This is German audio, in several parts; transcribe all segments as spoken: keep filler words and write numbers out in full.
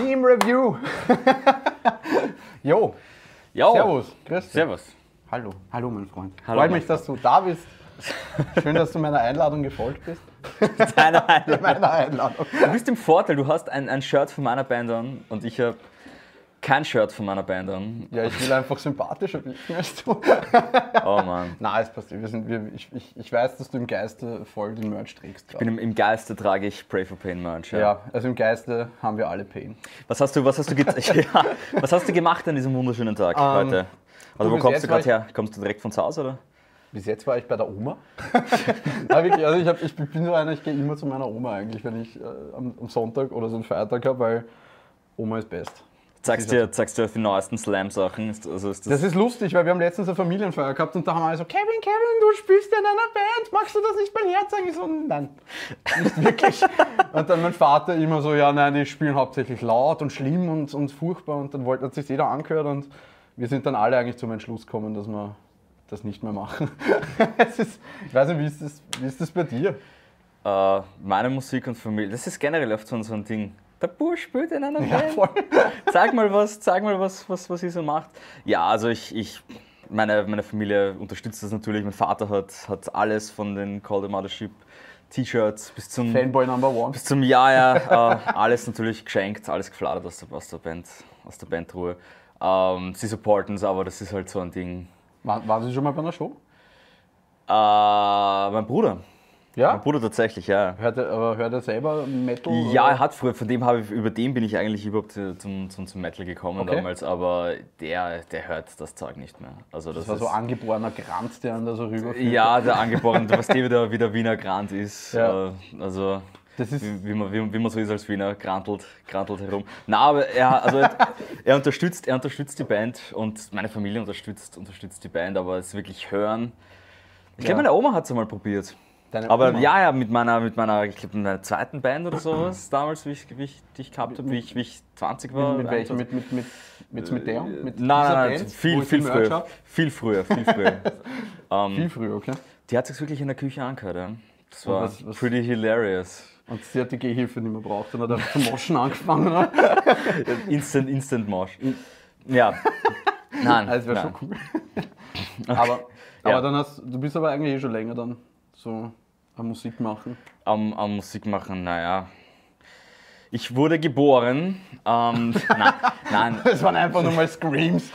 Team Review. Jo. Jo. Servus. Grüß dich. Servus. Hallo. Hallo, mein Freund. Hallo, Freut mein mich, dass du da bist. Schön, dass du meiner Einladung gefolgt bist. Deine Einladung. Meiner Einladung. Du bist im Vorteil, du hast ein, ein Shirt von meiner Band an und ich habe kein Shirt von meiner Band an. Ja, ich will einfach sympathischer wirken als du. Oh Mann. Nein, es passt. Wir sind, wir, ich, ich, ich weiß, dass du im Geiste voll den Merch trägst. Ich bin im, im Geiste trage ich Pray for Pain Merch. Ja. Ja, also im Geiste haben wir alle Pain. Was hast du, was hast du, ja, was hast du gemacht an diesem wunderschönen Tag Ähm, heute? Also du, wo bis kommst jetzt du war gerade her? Kommst du direkt von zu Hause oder? Bis jetzt war ich bei der Oma. Ja, wirklich, also ich, hab, ich bin so einer, ich gehe immer zu meiner Oma eigentlich, wenn ich äh, am, am Sonntag oder so einen Feiertag habe, weil Oma ist best. Zeigst dir, zeigst dir die neuesten Slam-Sachen? Also ist das, Das ist lustig, weil wir haben letztens eine Familienfeier gehabt und da haben alle so, Kevin, Kevin, du spielst ja in einer Band, magst du das nicht mal herzeigen? Ich so, nein, nicht wirklich. Und dann mein Vater immer so, ja, nein, die spielen hauptsächlich laut und schlimm und, und furchtbar und dann wollte, hat sich jeder angehört und wir sind dann alle eigentlich zum Entschluss gekommen, dass wir das nicht mehr machen. Es ist, ich weiß nicht, wie ist das, wie ist das bei dir? äh, meine Musik und Familie, das ist generell oft so ein Ding. Der Bursch spielt in einer Ja, Band. voll. Sag mal was, sag mal was, was, was ihr so macht. Ja, also ich, ich meine, meine Familie unterstützt das natürlich. Mein Vater hat, hat alles von den Call the Mothership T-Shirts bis zum Fanboy Number One. bis zum Jahr, ja, äh, alles natürlich geschenkt, alles gefladert aus der, aus der Band, aus der Bandruhe. Ähm, sie supporten es, aber das ist halt so ein Ding. War, waren Sie schon mal bei einer Show? Äh, mein Bruder. Mein Ja? Bruder tatsächlich, ja. Hört er, aber hört er selber Metal? Ja, oder? er hat früher, von dem habe ich, über den bin ich eigentlich überhaupt äh, zum, zum, zum Metal gekommen Okay. damals, aber der, der hört das Zeug nicht mehr. Also das, Das war ist, so angeborener Grant, der ihn da so rüberführt. ja, der angeborene, du weißt eh, wie der, wie der Wiener Grant ist. Ja. Äh, Also Das ist, wie, wie, man, wie, wie man so ist als Wiener, grantelt, grantelt herum. Na, aber er, also er, unterstützt, er unterstützt die Band und meine Familie unterstützt, unterstützt die Band, aber es wirklich hören. Ich glaube, Ja. meine Oma hat es einmal probiert. deine Aber Oma. ja, ja, mit meiner, mit meiner, ich glaube, mit meiner zweiten Band oder sowas, damals, wie ich, wie ich dich gehabt habe, wie ich, wie ich zwanzig war. Mit, mit welchem? einundzwanzig. Mit, mit, mit, mit, mit der? Mit Nein, dieser nein, nein, Band, wo viel, ich viel die Merch früher. hab? Viel früher, viel früher. ähm, Viel früher, okay. die hat sich wirklich in der Küche angehört, ja. Das Und war was- was- pretty hilarious. Und sie hat die Gehhilfe nicht mehr braucht und hat einfach zum Moschen angefangen. Oder? Instant, Instant Mosh. Ja. Nein, Das wäre nein. schon cool. Aber, Ja. aber dann hast du bist aber eigentlich eh schon länger dann so am Musik machen. Am, am Musik machen, naja. Ich wurde geboren. Ähm, nein, nein. Es waren einfach nur mal Screams.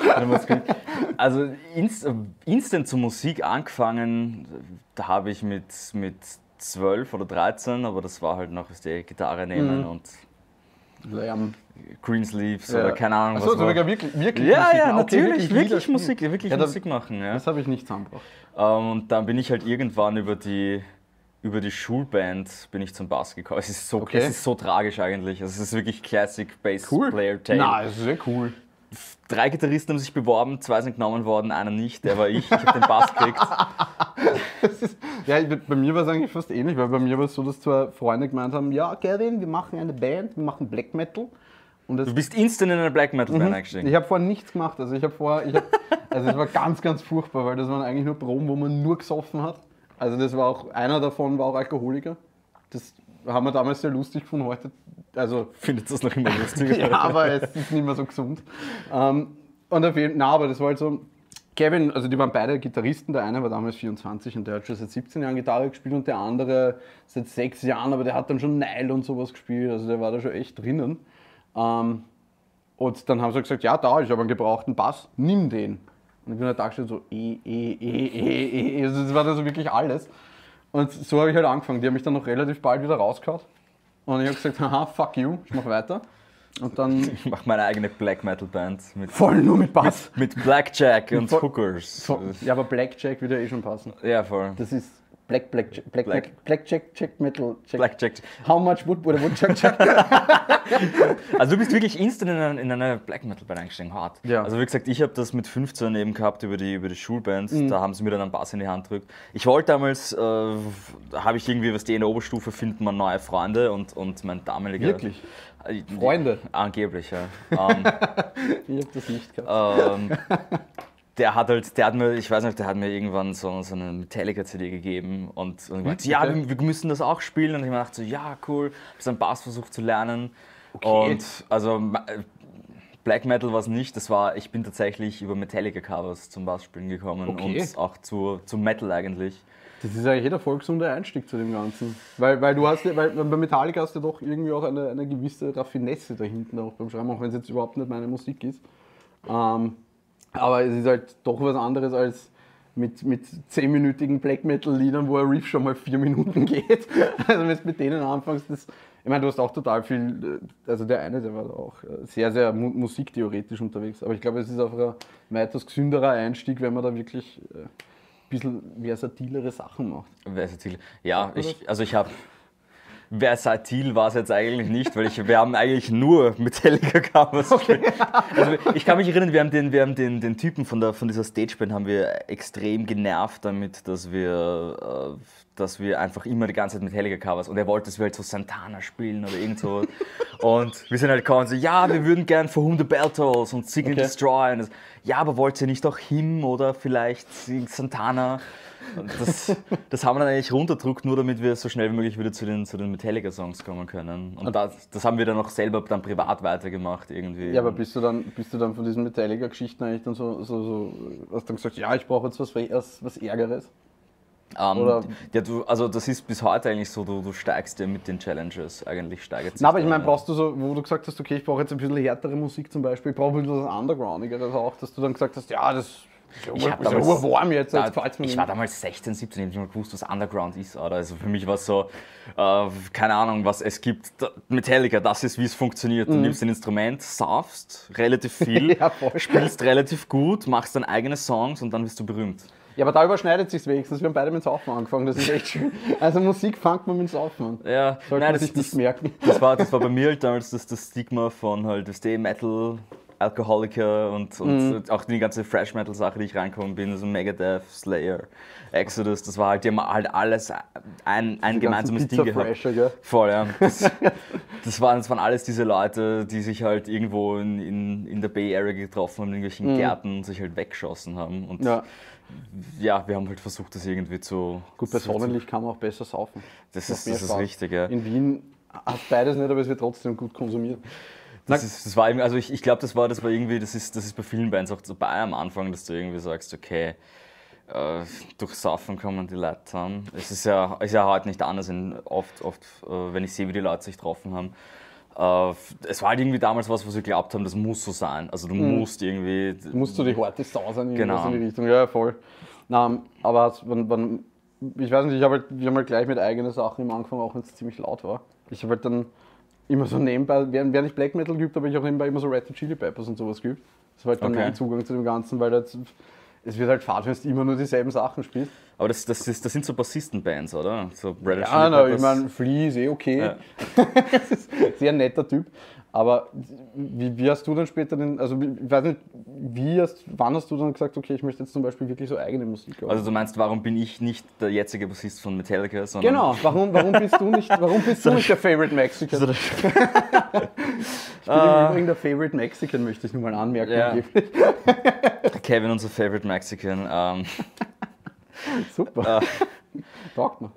Also inst, instant zur Musik angefangen, da habe ich mit, mit zwölf oder dreizehn, aber das war halt noch aus der Gitarre nehmen Mhm. und Lärm. Greensleeves Ja. oder keine Ahnung Achso, was. also war. sogar wirklich, wirklich Ja, Musik ja, machen. Okay, natürlich, wirklich, Lieder spielen. Musik, wirklich Ja, da- Musik machen. Ja. Das habe ich nicht zusammengebracht. Ähm, und dann bin ich halt irgendwann über die, über die Schulband bin ich zum Bass gekommen. Es ist so, Okay. es ist so tragisch eigentlich. Also es ist wirklich Classic Bass Cool. Player Tale. Nein, das ist sehr cool. Drei Gitarristen haben sich beworben, zwei sind genommen worden, einer nicht, der war ich. Ich habe den Bass gekriegt. Das ist, ja, ich- bei mir war es eigentlich fast ähnlich, weil bei mir war es so, dass zwei Freunde gemeint haben, ja, Kevin, wir machen eine Band, wir machen Black Metal. Und das, Du bist instant in eine Black Metal Band eingestiegen. ich habe vorher nichts gemacht. Also ich habe vorher, ich hab, also es war ganz, ganz furchtbar, weil das waren eigentlich nur Proben, wo man nur gesoffen hat. Also das war auch, einer davon war auch Alkoholiker. Das haben wir damals sehr lustig gefunden, heute, also Findet das noch immer lustig? ja, aber es ist nicht mehr so gesund. Ähm, und auf jeden, na, aber das war halt so, Kevin, also die waren beide Gitarristen, der eine war damals vierundzwanzig und der hat schon seit siebzehn Jahren Gitarre gespielt und der andere seit sechs Jahren, aber der hat dann schon Nile und sowas gespielt, also der war da schon echt drinnen. Ähm, und dann haben sie gesagt, ja, da, ich habe einen gebrauchten Bass, nimm den. Und ich bin halt da gestanden so, eh, eh, eh, eh, eh, also das war dann so wirklich alles. Und so habe ich halt angefangen, die haben mich dann noch relativ bald wieder rausgehauen. Und ich habe gesagt, haha, fuck you, ich mach weiter. Und dann Ich mache meine eigene Black Metal Band mit, voll nur mit Bass. mit Blackjack und Voll- Hookers. So, ja, aber Blackjack würde eh schon passen. Ja, voll. Das ist Black, Black, Black, Black, Black. Blackjack, Jack Metal, Jack. Blackjack. How much wood would a woodchuck chuck? Also du bist wirklich instant in eine, in eine Black Metal Band eingestiegen, hart. Ja. Also wie gesagt, ich habe das mit fünfzehn eben gehabt über die, über die Schulband, Mhm. da haben sie mir dann einen Bass in die Hand gedrückt. Ich wollte damals, äh, da habe ich irgendwie, was die in der Oberstufe finden, man neue Freunde und, und mein damaliger... Wirklich? Äh, Freunde? Angeblich, ja. ähm, Ich habe das nicht gehabt. ähm, der hat halt, der hat mir, ich weiß nicht, der hat mir irgendwann so, so eine Metallica-C D gegeben und, und gemeint, ja, okay. wir, wir müssen das auch spielen. Und ich mir dachte so, ja, cool, hab so einen Bass versucht zu lernen. Okay. Und also Black Metal war es nicht, das war, ich bin tatsächlich über Metallica-Covers zum Bassspielen gekommen Okay. und auch zu, zu Metal eigentlich. Das ist eigentlich jeder vollgesunde Einstieg zu dem Ganzen. Weil, weil du hast ja, weil bei Metallica hast du doch irgendwie auch eine, eine gewisse Raffinesse da hinten auch beim Schreiben, auch wenn es jetzt überhaupt nicht meine Musik ist. Ähm, aber es ist halt doch was anderes als mit, mit zehnminütigen Black Metal Liedern, wo ein Riff schon mal vier Minuten geht. Also wenn du mit denen anfängst, das, ich meine, du hast auch total viel, also der eine, der war auch sehr, sehr mu musiktheoretisch unterwegs, aber ich glaube, es ist auch ein weitaus gesünderer Einstieg, wenn man da wirklich ein bisschen versatilere Sachen macht. Versatil. Ja, ich, also ich habe. Versatil war es jetzt eigentlich nicht, weil ich, wir haben eigentlich nur Metallica-Covers gespielt. Okay. Also ich kann mich erinnern, wir haben den, wir haben den, den Typen von, der, von dieser Stageband haben wir extrem genervt damit, dass wir, äh, dass wir einfach immer die ganze Zeit Metallica-Covers und er wollte, dass wir halt so Santana spielen oder irgend so. Und wir sind halt gekommen und so, ja, wir würden gern For Whom the Bell Tolls und Seek and Okay. Destroy. Und das, ja, aber wollt ihr nicht auch Him oder vielleicht Santana? Und das, das haben wir dann eigentlich runterdruckt, nur damit wir so schnell wie möglich wieder zu den, zu den Metallica-Songs kommen können. Und das, das haben wir dann auch selber dann privat weitergemacht irgendwie. Ja, aber bist du dann, bist du dann von diesen Metallica-Geschichten eigentlich dann so, so, so, hast dann gesagt, ja, ich brauche jetzt was, was, was Ärgeres? Ähm, Oder- ja, du, also das ist bis heute eigentlich so, du, du steigst ja mit den Challenges, eigentlich steigert sich. Na, aber ich da, meine, ja. brauchst du so, wo du gesagt hast, okay, ich brauche jetzt ein bisschen härtere Musik zum Beispiel, ich brauche ein bisschen was Undergroundigeres auch, dass du dann gesagt hast, ja, das Ich, hab ist ja damals- warm jetzt, da, jetzt gefällt's mir ich nicht. war damals sechzehn, siebzehn, ich habe nicht mal gewusst, was Underground ist. Oder? Also für mich war es so, äh, keine Ahnung, was es gibt. Da- Metallica, das ist, wie es funktioniert. Du nimmst ein Instrument, saufst relativ viel, Ja, voll. spielst relativ gut, machst dann eigene Songs und dann bist du berühmt. Ja, aber da überschneidet sich's wenigstens, wir haben beide mit dem Saufen angefangen, das ist echt schön. Also Musik fängt man mit dem Saufen an. Ja, Sollte man sich nicht merken. Das war, das war bei mir halt damals das, das Stigma von halt das Metal, Alcoholiker und, und auch die ganze Fresh Metal Sache, die ich reingekommen bin, also Megadeth, Slayer, Exodus, das war halt, die haben halt alles ein, ein gemeinsames Ding gehabt. Fresher, gell? Voll, ja. Das, das, waren, das waren alles diese Leute, die sich halt irgendwo in, in, in der Bay Area getroffen haben, in irgendwelchen Gärten und sich halt weggeschossen haben. Und Ja. ja, wir haben halt versucht, das irgendwie zu... Gut, bei zu- Sonnenlicht kann man auch besser saufen. Das Macht ist, mehr das ist Spaß. richtig, ja. In Wien hat beides nicht, aber es wird trotzdem gut konsumiert. Das, ist, das war irgendwie, also ich, ich glaube, das war, das war irgendwie, das ist, das ist bei vielen Bands auch dabei am Anfang, dass du irgendwie sagst, okay, äh, durch Saufen kommen die Leute zusammen. Es ist ja, ist ja heute nicht anders, in, oft, oft äh, wenn ich sehe, wie die Leute sich getroffen haben. Äh, es war halt irgendwie damals was, was wir geglaubt haben, das muss so sein. Also du musst irgendwie... Du musst so die harte Sau sein, Genau. in die Richtung. Ja, voll. Na, aber es- wann, wann, ich weiß nicht, ich hab halt, wir haben halt gleich mit eigenen Sachen im Anfang, auch wenn es ziemlich laut war. Ich habe halt dann immer so nebenbei, während, während ich Black Metal geübt habe, habe ich auch nebenbei immer so Red Hot Chili Peppers und sowas geübt. Das war halt dann Okay. mein Zugang zu dem Ganzen, weil das, es wird halt fad, wenn du immer nur dieselben Sachen spielst. Aber das, das, ist, das sind so Bassisten-Bands, oder? So Red Hot Ja, Chili na, ich Peppers. meine, Flea ist eh okay. Ja. Das ist ein sehr netter Typ. Aber wie, wie hast du dann später den, also ich weiß nicht, wie hast, wann hast du dann gesagt, okay, ich möchte jetzt zum Beispiel wirklich so eigene Musik machen? Also du meinst, warum bin ich nicht der jetzige Bassist von Metallica, sondern... Genau, warum, warum bist du nicht, warum bist du nicht der Favorite Mexican? So der- Ich bin im Übrigen der Favorite Mexican, möchte ich nur mal anmerken. Ja. angeblich. Kevin, unser Favorite Mexican. Ähm, Super. Taugt mir.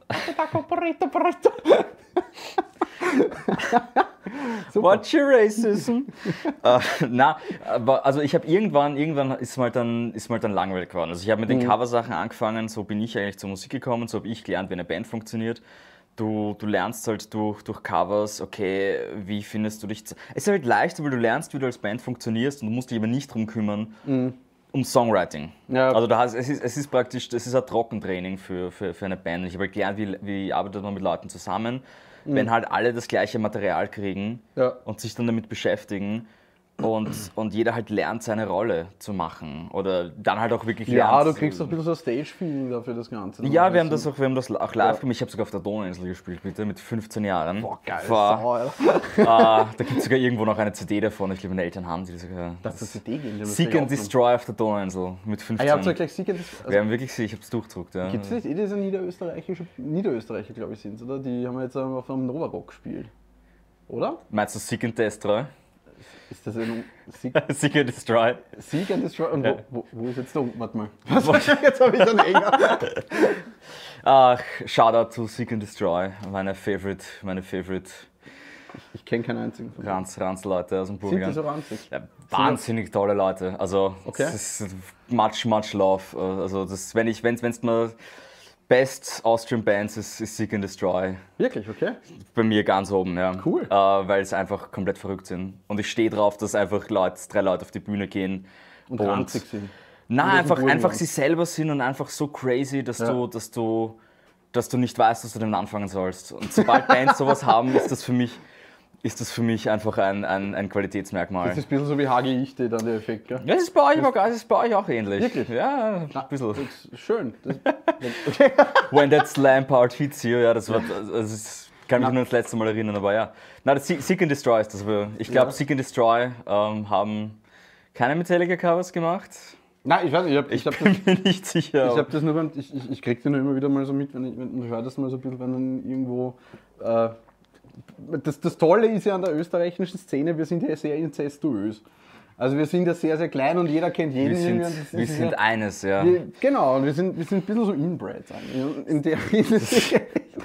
Super. What's your racism? äh, na, aber also ich habe irgendwann, irgendwann ist mal dann, ist mal dann langweilig geworden. Also ich habe mit den Coversachen angefangen, so bin ich eigentlich zur Musik gekommen, so habe ich gelernt, wie eine Band funktioniert. Du, du lernst halt durch, durch Covers, okay, wie findest du dich... z- Es ist halt leichter, weil du lernst, wie du als Band funktionierst und du musst dich aber nicht drum kümmern, um Songwriting. Ja. Also da hast, es, ist, es ist praktisch, das ist ein Trockentraining für, für, für eine Band. Ich habe halt gelernt, wie, wie arbeitet man mit Leuten zusammen, wenn halt alle das gleiche Material kriegen Ja. und sich dann damit beschäftigen und, und jeder halt lernt, seine Rolle zu machen oder dann halt auch wirklich Ja, lernt. du kriegst auch ein bisschen so Stage-Feeling dafür das Ganze. Ja, wir haben das auch, wir haben das auch live Ja. gemacht. Ich habe sogar auf der Donauinsel gespielt, bitte, mit fünfzehn Jahren. Boah, geil. War, Sau, Alter. äh, da gibt es sogar irgendwo noch eine C D davon. Ich glaube, meine Eltern haben die sogar. Dass das C D gehen. Seek and Destroy auf der Donauinsel mit Ah, fünfzehn. ihr habt ja gleich Seek and Destroy. wir Also, haben wirklich, ich habe es durchdruckt. Ja. gibt es nicht eh diese niederösterreichische, Niederösterreicher, glaube ich, sind oder? Die haben wir jetzt auf einem Nova Rock gespielt. Oder? Meinst du Seek and Destroy? Ist das ein Seek, Seek and Destroy. Seek and Destroy? Und Ja. wo, wo, wo ist jetzt der? Warte mal. Was? Jetzt habe ich einen Hänger. Ach, Shoutout to Seek and Destroy, meine favorite, meine favorite Ich kenne keinen einzigen von denen. Ranz, Ranz-Leute aus dem Sind die Burgenland. so ranzig? Ja, wahnsinnig tolle Leute. Also, Okay. das ist much, much love. Also, das, wenn ich, wenn es mal Best Austrian Bands ist, ist Seek and Destroy. Wirklich, okay. Bei mir ganz oben, ja. Cool. Äh, weil es einfach komplett verrückt sind. Und ich stehe drauf, dass einfach Leute, drei Leute auf die Bühne gehen. Und ranzig sind. Nein, Und aus dem einfach, Burgenland. einfach sie selber sind und einfach so crazy, dass, Ja. du, dass, du, dass du nicht weißt, was du damit anfangen sollst. Und sobald Bands sowas haben, ist das für mich, ist das für mich einfach ein, ein, ein Qualitätsmerkmal. Das ist ein bisschen so wie H G Ich, dann der Effekt, gell? Ja, das ist bei euch, das ist bei euch auch ähnlich. Wirklich? Ja, ein bisschen. Das ist schön. Das, okay. When that slam part hits you, ja, das war, das ist, kann mich nur ans letzte Mal erinnern, aber ja. Na, das Se- Seek and Destroy ist das. aber Ich glaube, Ja. Seek and Destroy ähm, haben keine Metallica-Covers gemacht. Nein, ich weiß nicht, ich habe Ich ich hab bin das, mir nicht sicher. ich hab das nur beim, ich, ich, ich krieg den nur immer wieder mal so mit, wenn ich, wenn ich höre das mal so ein bisschen, wenn dann irgendwo, äh, das, das Tolle ist ja an der österreichischen Szene, wir sind ja sehr inzestuös. Also wir sind ja sehr, sehr klein und jeder kennt jeden. wir sind, irgendwie und das wir ist sind ja, eines, ja. wir, genau, und wir sind, wir sind ein bisschen so inbred. eigentlich. In der Hinsicht.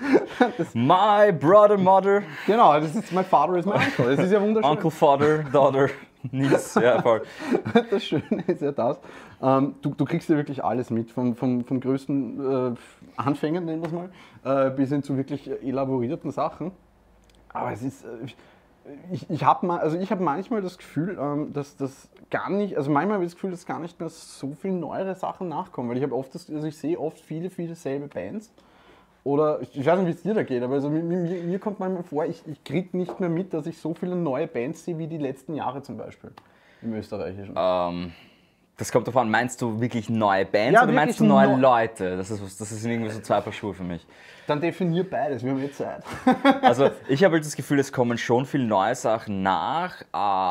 Das, My brother, mother, genau, das ist mein Vater ist mein Uncle. Das ist ja wunderschön. uncle, father, daughter, niece, ja, voll. Das Schöne ist ja das. Ähm, du, du kriegst ja wirklich alles mit, vom, vom, vom größten äh, Anfängern, nennen wir es mal, äh, bis hin zu wirklich elaborierten Sachen. Aber es ist, äh, ich, ich habe ma, also ich hab manchmal das Gefühl, ähm, dass das gar nicht, also manchmal habe ich das Gefühl, dass gar nicht mehr so viele neuere Sachen nachkommen, weil ich habe oft, das, also ich sehe oft viele, viele selbe Bands. Oder ich weiß nicht, wie es dir da geht, aber also mir, mir, mir kommt manchmal vor, ich, ich kriege nicht mehr mit, dass ich so viele neue Bands sehe wie die letzten Jahre zum Beispiel im Österreichischen. Ähm, das kommt davon, meinst du wirklich neue Bands Ja, oder meinst du wirklich neue neu- Leute? Das, ist, was- das sind irgendwie so zwei Paar Schuhe für mich. Dann definier beides, wir haben jetzt Zeit. Also ich habe halt das Gefühl, es kommen schon viele neue Sachen nach,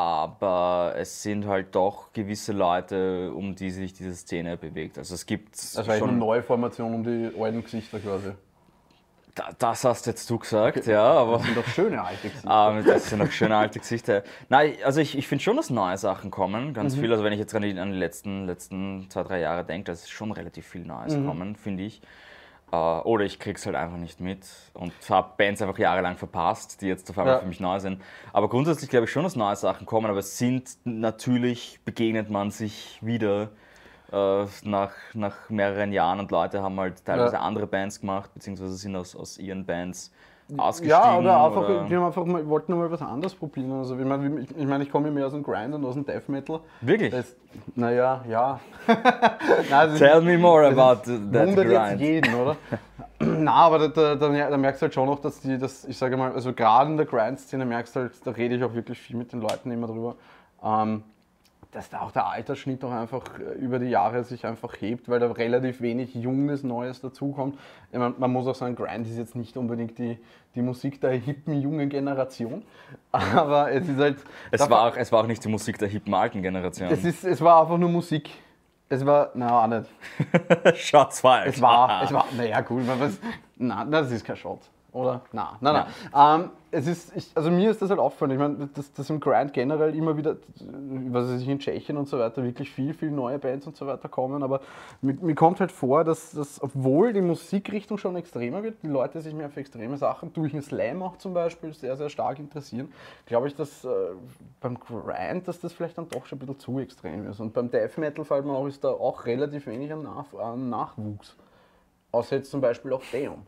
aber es sind halt doch gewisse Leute, um die sich diese Szene bewegt. Also es gibt Das war eine schon... neue Formation um die alten Gesichter quasi. Da- Das hast jetzt du gesagt, ja, aber... Das sind doch schöne alte Gesichter. Ähm, das sind noch schöne alte Gesichter. Nein, also ich, ich finde schon, dass neue Sachen kommen, ganz viel. Also wenn ich jetzt an die, an die letzten, letzten zwei, drei Jahre denke, da ist schon relativ viel Neues kommen, finde ich. Äh, oder ich krieg's halt einfach nicht mit und habe Bands einfach jahrelang verpasst, die jetzt auf einmal Ja. für mich neu sind. Aber grundsätzlich glaube ich schon, dass neue Sachen kommen, aber es sind natürlich, begegnet man sich wieder äh, nach, nach mehreren Jahren und Leute haben halt teilweise Ja. andere Bands gemacht, beziehungsweise sind aus, aus ihren Bands ausgestiegen. Ja, oder einfach, oder- die haben einfach mal, wollten mal was anderes probieren. Also ich meine, ich, ich, mein, ich komme ja mehr aus dem Grind und aus dem Death Metal. Wirklich? Das, naja, ja. Nein, also Tell me more das about that wundert jetzt grind. jeden, jeden, oder? Na, aber da, da, da, da merkst du halt schon noch, dass die, das, ich sage mal, also gerade in der Grind-Szene merkst du halt, da rede ich auch wirklich viel mit den Leuten immer drüber, ähm, dass da auch der Altersschnitt auch einfach äh, über die Jahre sich einfach hebt, weil da relativ wenig Junges, Neues dazukommt. Ich mein, man muss auch sagen, Grind ist jetzt nicht unbedingt die, die Musik der hippen jungen Generation, aber es ist halt... Es war, auch, es war auch nicht die Musik der hippen alten Generation. es, ist, es war einfach nur Musik. Es war, na auch nicht. Shots fired. Es war, es war, naja, gut, aber was, na, das ist kein Shot, oder? Na, nein, nein. Ähm, es ist, ich, also mir ist das halt aufgefallen, ich meine, dass, dass im Grind generell immer wieder, was weiß ich, in Tschechien und so weiter, wirklich viel, viel neue Bands und so weiter kommen, aber mir, mir kommt halt vor, dass, dass, obwohl die Musikrichtung schon extremer wird, die Leute sich mehr für extreme Sachen, durch den Slam auch zum Beispiel, sehr, sehr stark interessieren, glaube ich, dass äh, beim Grind, dass das vielleicht dann doch schon ein bisschen zu extrem ist. Und beim Death Metal fällt mir auch, ist da auch relativ wenig an, Nach an Nachwuchs. Außer jetzt zum Beispiel auch Deum.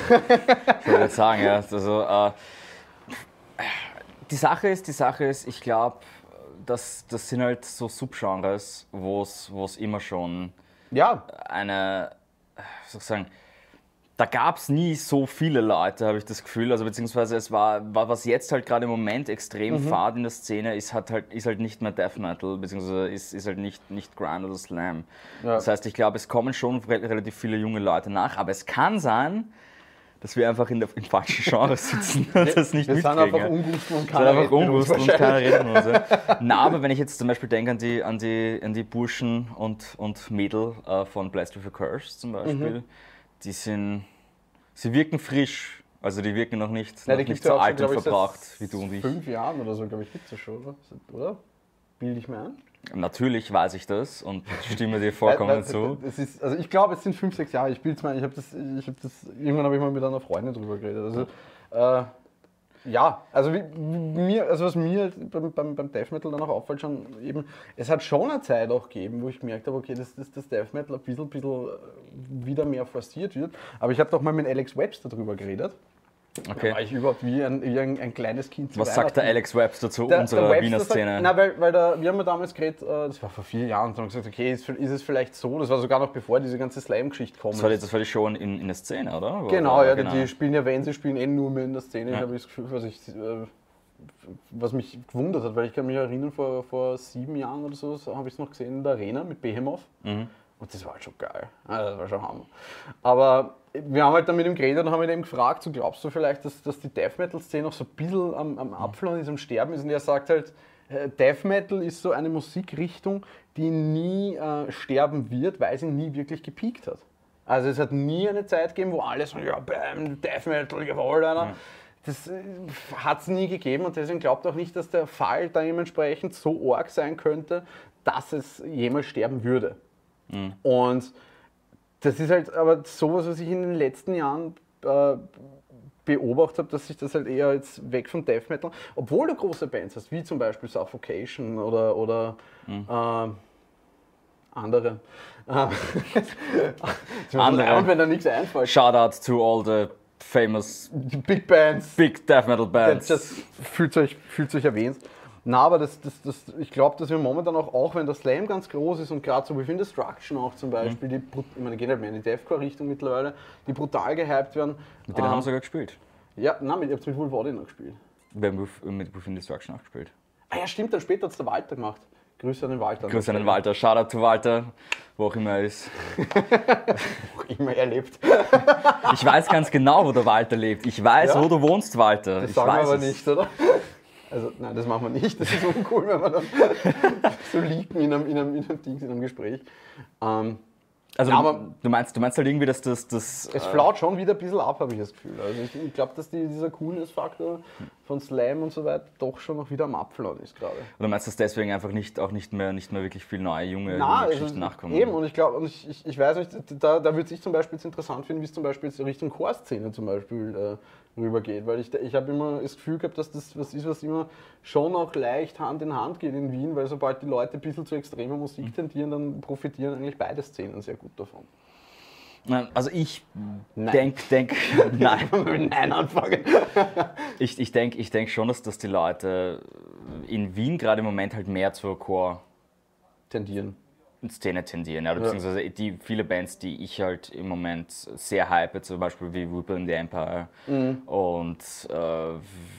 Ich würde jetzt sagen, ja. Also, äh, die Sache ist, die Sache ist, ich glaube, das, das sind halt so Subgenres, wo es immer schon Ja, eine, wie soll ich sagen, da gab es nie so viele Leute, habe ich das Gefühl. Also beziehungsweise es war, war was jetzt halt gerade im Moment extrem Mhm. fad in der Szene ist, hat halt, ist halt nicht mehr Death Metal, beziehungsweise ist, ist halt nicht, nicht Grind oder Slam. Ja. Das heißt, ich glaube, es kommen schon re relativ viele junge Leute nach, aber es kann sein, dass wir einfach in der, im falschen Genre sitzen und das nicht wir sind mitkriegen. einfach ja. ungustel und Das ist keiner einfach redet mit uns unbewusst und wahrscheinlich. keiner redet mit uns. Ja. Na, aber wenn ich jetzt zum Beispiel denke an die, an die, an die Burschen und, und Mädel äh, von Blast with a Curse zum Beispiel, Mhm. die sind, sie wirken frisch, also die wirken noch nicht, Ja, noch die nicht gibt's so ja auch schon, alt und glaub ich, seit verbraucht wie du und ich. Fünf Jahren oder so, glaube ich, gibt es das schon, oder? Oder? Bilde ich mir ein? Natürlich weiß ich das und stimme dir vollkommen Weil- zu. weil- Es ist, also ich glaube, es sind fünf, sechs Jahre. Ich bilde es mir ein. Ich habe das, ich hab das, irgendwann habe ich mal mit einer Freundin drüber geredet. Also, äh, Ja, also, wie, mir, also was mir beim, beim, beim Death Metal dann auch auffällt, schon eben, es hat schon eine Zeit auch gegeben, wo ich gemerkt habe, okay, dass das, das Death Metal ein bisschen, bisschen wieder mehr forciert wird. Aber ich habe doch mal mit Alex Webster darüber geredet. Okay. Da war ich überhaupt wie ein, wie ein, ein kleines Kind. Was sagt der Alex Webster zu der, unserer der Webster Wiener Szene? Sagt, na, weil, weil da, wir haben ja damals geredet, äh, das war vor vier Jahren, und haben gesagt, okay, ist, ist es vielleicht so, das war sogar noch bevor diese ganze Slam-Geschichte kommt. Das war, das war die Show in, in der Szene, oder? Genau, oder, ja, genau. Die, die spielen ja, wenn sie spielen, eh nur mehr in der Szene. Ja. Ich habe das Gefühl, was, ich, äh, was mich gewundert hat, weil ich kann mich erinnern, vor, vor sieben Jahren oder so, so habe ich es noch gesehen in der Arena mit Behemoth. Mhm. Und das war halt schon geil. Also das war schon Hammer. Aber wir haben halt dann mit ihm geredet und haben ihn eben gefragt, so glaubst du vielleicht, dass, dass die Death Metal-Szene noch so ein bisschen am, am Abflauen ist, am Sterben ist? Und er sagt halt, Death Metal ist so eine Musikrichtung, die nie äh, sterben wird, weil sie nie wirklich gepiekt hat. Also es hat nie eine Zeit gegeben, wo alle so, ja, bam, Death Metal, jawohl, einer. Ja. Das äh, hat es nie gegeben und deswegen glaubt auch nicht, dass der Fall dementsprechend so arg sein könnte, dass es jemals sterben würde. Mhm. Und das ist halt aber sowas, was ich in den letzten Jahren äh, beobachtet habe, dass sich das halt eher jetzt weg vom Death Metal, obwohl du große Bands hast, wie zum Beispiel Suffocation oder, oder mhm. äh, andere. andere. Und wenn da nichts einfällt. Shoutout to all the famous die Big Bands. Big Death Metal Bands. Das, das fühlt euch, fühlt euch erwähnt. Na, aber das, das, das, ich glaube, dass wir momentan auch, auch wenn der Slam ganz groß ist und gerade so Within Destruction auch zum Beispiel, mhm. die, ich meine, gehen halt mehr in die Deathcore-Richtung mittlerweile, die brutal gehypt werden. Mit denen ähm, haben sie sogar gespielt. Ja, nein, ich hab's mit Wolf noch gespielt. Wir haben mit Within Destruction auch gespielt. Ah ja, stimmt, dann später hat es der Walter gemacht. Grüße an den Walter. Grüße an den Walter, Shoutout to Walter, wo auch immer er ist. wo auch immer er lebt. Ich weiß ganz genau, wo der Walter lebt. Ich weiß, ja. wo du wohnst, Walter. Das ich sagen weiß wir aber es. nicht, oder? Also, nein, das machen wir nicht. Das ist uncool, wenn wir dann so leaken in einem, in einem, in einem Dings, in einem Gespräch. Ähm, also, ja, du, aber du, meinst, du meinst halt irgendwie, dass das. das es flaut schon wieder ein bisschen ab, habe ich das Gefühl. Also, ich, ich glaube, dass die, dieser Coolness-Faktor von Slam und so weiter doch schon noch wieder am Abflauen ist gerade. Oder meinst du, dass deswegen einfach nicht, auch nicht mehr, nicht mehr wirklich viel neue, junge, Na, junge Geschichten also nachkommen? Eben, und ich glaube, und ich, ich, ich weiß nicht, da, da würde ich zum Beispiel jetzt interessant finden, wie es zum Beispiel jetzt Richtung Chorszene zum Beispiel äh, rübergeht, weil ich, ich habe immer das Gefühl gehabt, dass das was ist, was immer schon auch leicht Hand in Hand geht in Wien, weil sobald die Leute ein bisschen zu extremer Musik tendieren, dann profitieren eigentlich beide Szenen sehr gut davon. Also ich denke, denk, nein. Nein anfangen. ich ich denke ich denk schon, dass, dass die Leute in Wien gerade im Moment halt mehr zur Chor tendieren. Szene tendieren, ja, beziehungsweise die viele Bands, die ich halt im Moment sehr hype, zum Beispiel wie Weeple in the Empire mhm. und äh,